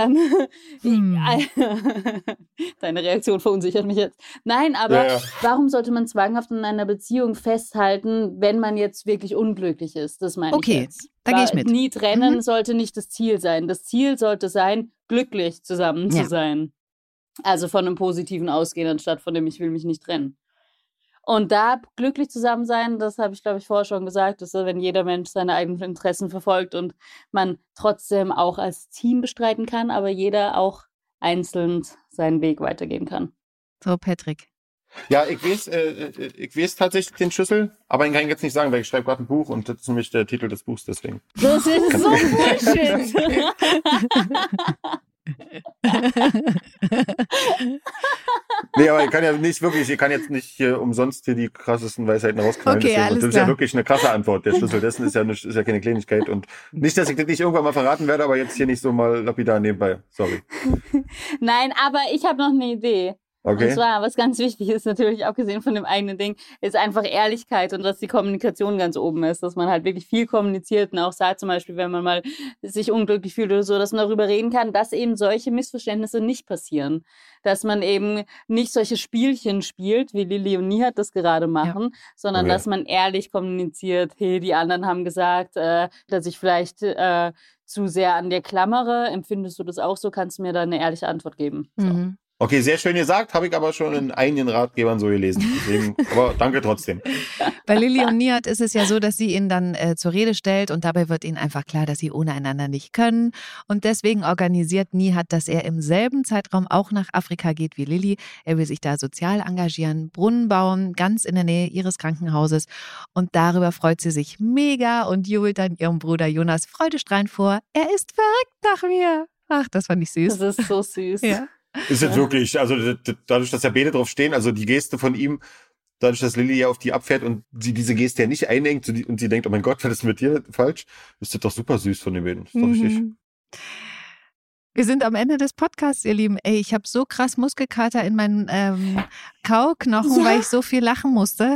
Speaker 4: Deine Reaktion verunsichert mich jetzt. Nein, aber warum sollte man zwanghaft in einer Beziehung festhalten, wenn man jetzt wirklich unglücklich ist? Das meine ich jetzt.
Speaker 3: Da gehe ich mit.
Speaker 4: Nie trennen sollte nicht das Ziel sein. Das Ziel sollte sein, glücklich zusammen zu sein. Also von einem Positiven ausgehen, anstatt von dem ich will mich nicht trennen. Und da glücklich zusammen sein, das habe ich, glaube ich, vorher schon gesagt, ist, wenn jeder Mensch seine eigenen Interessen verfolgt und man trotzdem auch als Team bestreiten kann, aber jeder auch einzeln seinen Weg weitergehen kann.
Speaker 3: So, Patrick.
Speaker 5: Ja, ich weiß tatsächlich den Schlüssel, aber ich kann jetzt nicht sagen, weil ich schreibe gerade ein Buch und das ist nämlich der Titel des Buchs, deswegen.
Speaker 4: Das ist so Bullshit.
Speaker 5: Nee, aber ich kann jetzt nicht hier umsonst hier die krassesten Weisheiten rausknallen.
Speaker 3: Okay,
Speaker 5: deswegen.
Speaker 3: alles
Speaker 5: Das ist
Speaker 3: klar.
Speaker 5: ja wirklich eine krasse Antwort. Der Schlüssel dessen ist ja keine Kleinigkeit. Und nicht, dass ich das nicht irgendwann mal verraten werde, aber jetzt hier nicht so mal lapidar nebenbei. Sorry.
Speaker 4: Nein, aber ich habe noch eine Idee.
Speaker 5: Okay.
Speaker 4: Und zwar, was ganz wichtig ist, natürlich abgesehen von dem eigenen Ding, ist einfach Ehrlichkeit und dass die Kommunikation ganz oben ist, dass man halt wirklich viel kommuniziert und auch sagt zum Beispiel, wenn man mal sich unglücklich fühlt oder so, dass man darüber reden kann, dass eben solche Missverständnisse nicht passieren. Dass man eben nicht solche Spielchen spielt, wie Lilly und Nihat das gerade machen, sondern dass man ehrlich kommuniziert, hey, die anderen haben gesagt, dass ich vielleicht zu sehr an dir klammere. Empfindest du das auch so? Kannst du mir da eine ehrliche Antwort geben? So.
Speaker 3: Mhm.
Speaker 5: Okay, sehr schön gesagt, habe ich aber schon in einigen Ratgebern so gelesen. Deswegen, aber danke trotzdem.
Speaker 3: Bei Lilly und Nihat ist es ja so, dass sie ihn dann zur Rede stellt und dabei wird ihnen einfach klar, dass sie ohne einander nicht können. Und deswegen organisiert Nihat, dass er im selben Zeitraum auch nach Afrika geht wie Lilly. Er will sich da sozial engagieren, Brunnen bauen, ganz in der Nähe ihres Krankenhauses. Und darüber freut sie sich mega und jubelt dann ihrem Bruder Jonas freudestrahlend vor. Er ist verrückt nach mir. Ach, das fand ich süß.
Speaker 4: Das ist so süß.
Speaker 3: Ja.
Speaker 5: Ist jetzt wirklich, also dadurch, dass ja beide drauf stehen, also die Geste von ihm, dadurch, dass Lilly ja auf die abfährt und sie diese Geste ja nicht einengt und sie denkt, oh mein Gott, was ist mit dir falsch? Ist das doch super süß von den beiden. Ist doch richtig.
Speaker 3: Wir sind am Ende des Podcasts, ihr Lieben. Ey, ich habe so krass Muskelkater in meinen Kauknochen, weil ich so viel lachen musste.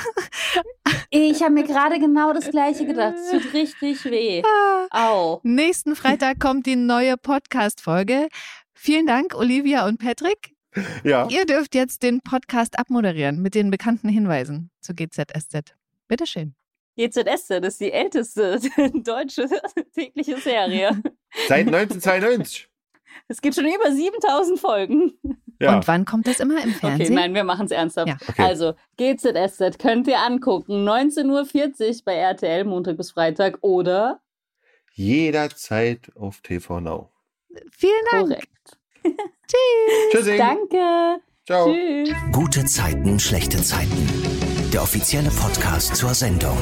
Speaker 4: Ich habe mir gerade genau das Gleiche gedacht. Es tut richtig weh. Au.
Speaker 3: Nächsten Freitag kommt die neue Podcast-Folge. Vielen Dank, Olivia und Patrick.
Speaker 5: Ja.
Speaker 3: Ihr dürft jetzt den Podcast abmoderieren mit den bekannten Hinweisen zu GZSZ. Bitteschön.
Speaker 4: GZSZ ist die älteste deutsche tägliche Serie.
Speaker 5: Seit 1992.
Speaker 4: Es gibt schon über 7000 Folgen.
Speaker 5: Ja.
Speaker 3: Und wann kommt das immer im Fernsehen?
Speaker 4: Okay, nein, wir machen es ernsthaft.
Speaker 3: Ja.
Speaker 5: Okay.
Speaker 4: Also, GZSZ könnt ihr angucken. 19.40 Uhr bei RTL, Montag bis Freitag oder?
Speaker 5: Jederzeit auf TV Now.
Speaker 3: Vielen Dank.
Speaker 4: Korrekt.
Speaker 3: Tschüss.
Speaker 5: Tschüssi.
Speaker 4: Danke.
Speaker 5: Ciao.
Speaker 4: Tschüss.
Speaker 2: Gute Zeiten, schlechte Zeiten. Der offizielle Podcast zur Sendung.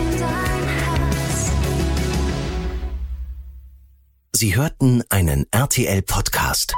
Speaker 2: Sie hörten einen RTL-Podcast.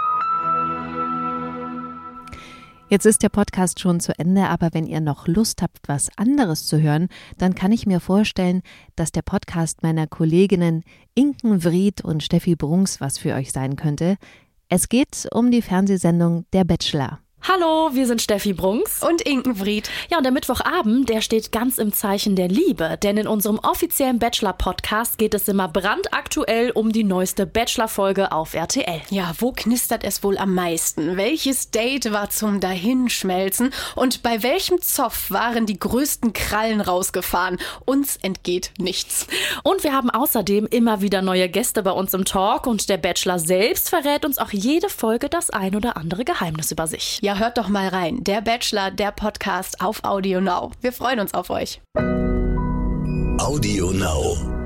Speaker 3: Jetzt ist der Podcast schon zu Ende, aber wenn ihr noch Lust habt, was anderes zu hören, dann kann ich mir vorstellen, dass der Podcast meiner Kolleginnen Inken Vried und Steffi Brunks was für euch sein könnte. Es geht um die Fernsehsendung Der Bachelor.
Speaker 12: Hallo, wir sind Steffi Brunks und Inken Vried. Ja, und der Mittwochabend, der steht ganz im Zeichen der Liebe, denn in unserem offiziellen Bachelor-Podcast geht es immer brandaktuell um die neueste Bachelor-Folge auf RTL.
Speaker 13: Ja, wo knistert es wohl am meisten? Welches Date war zum Dahinschmelzen? Und bei welchem Zoff waren die größten Krallen rausgefahren? Uns entgeht nichts.
Speaker 12: Und wir haben außerdem immer wieder neue Gäste bei uns im Talk und der Bachelor selbst verrät uns auch jede Folge das ein oder andere Geheimnis über sich.
Speaker 13: Ja, hört doch mal rein. Der Bachelor, der Podcast auf Audio Now. Wir freuen uns auf euch.
Speaker 2: Audio Now.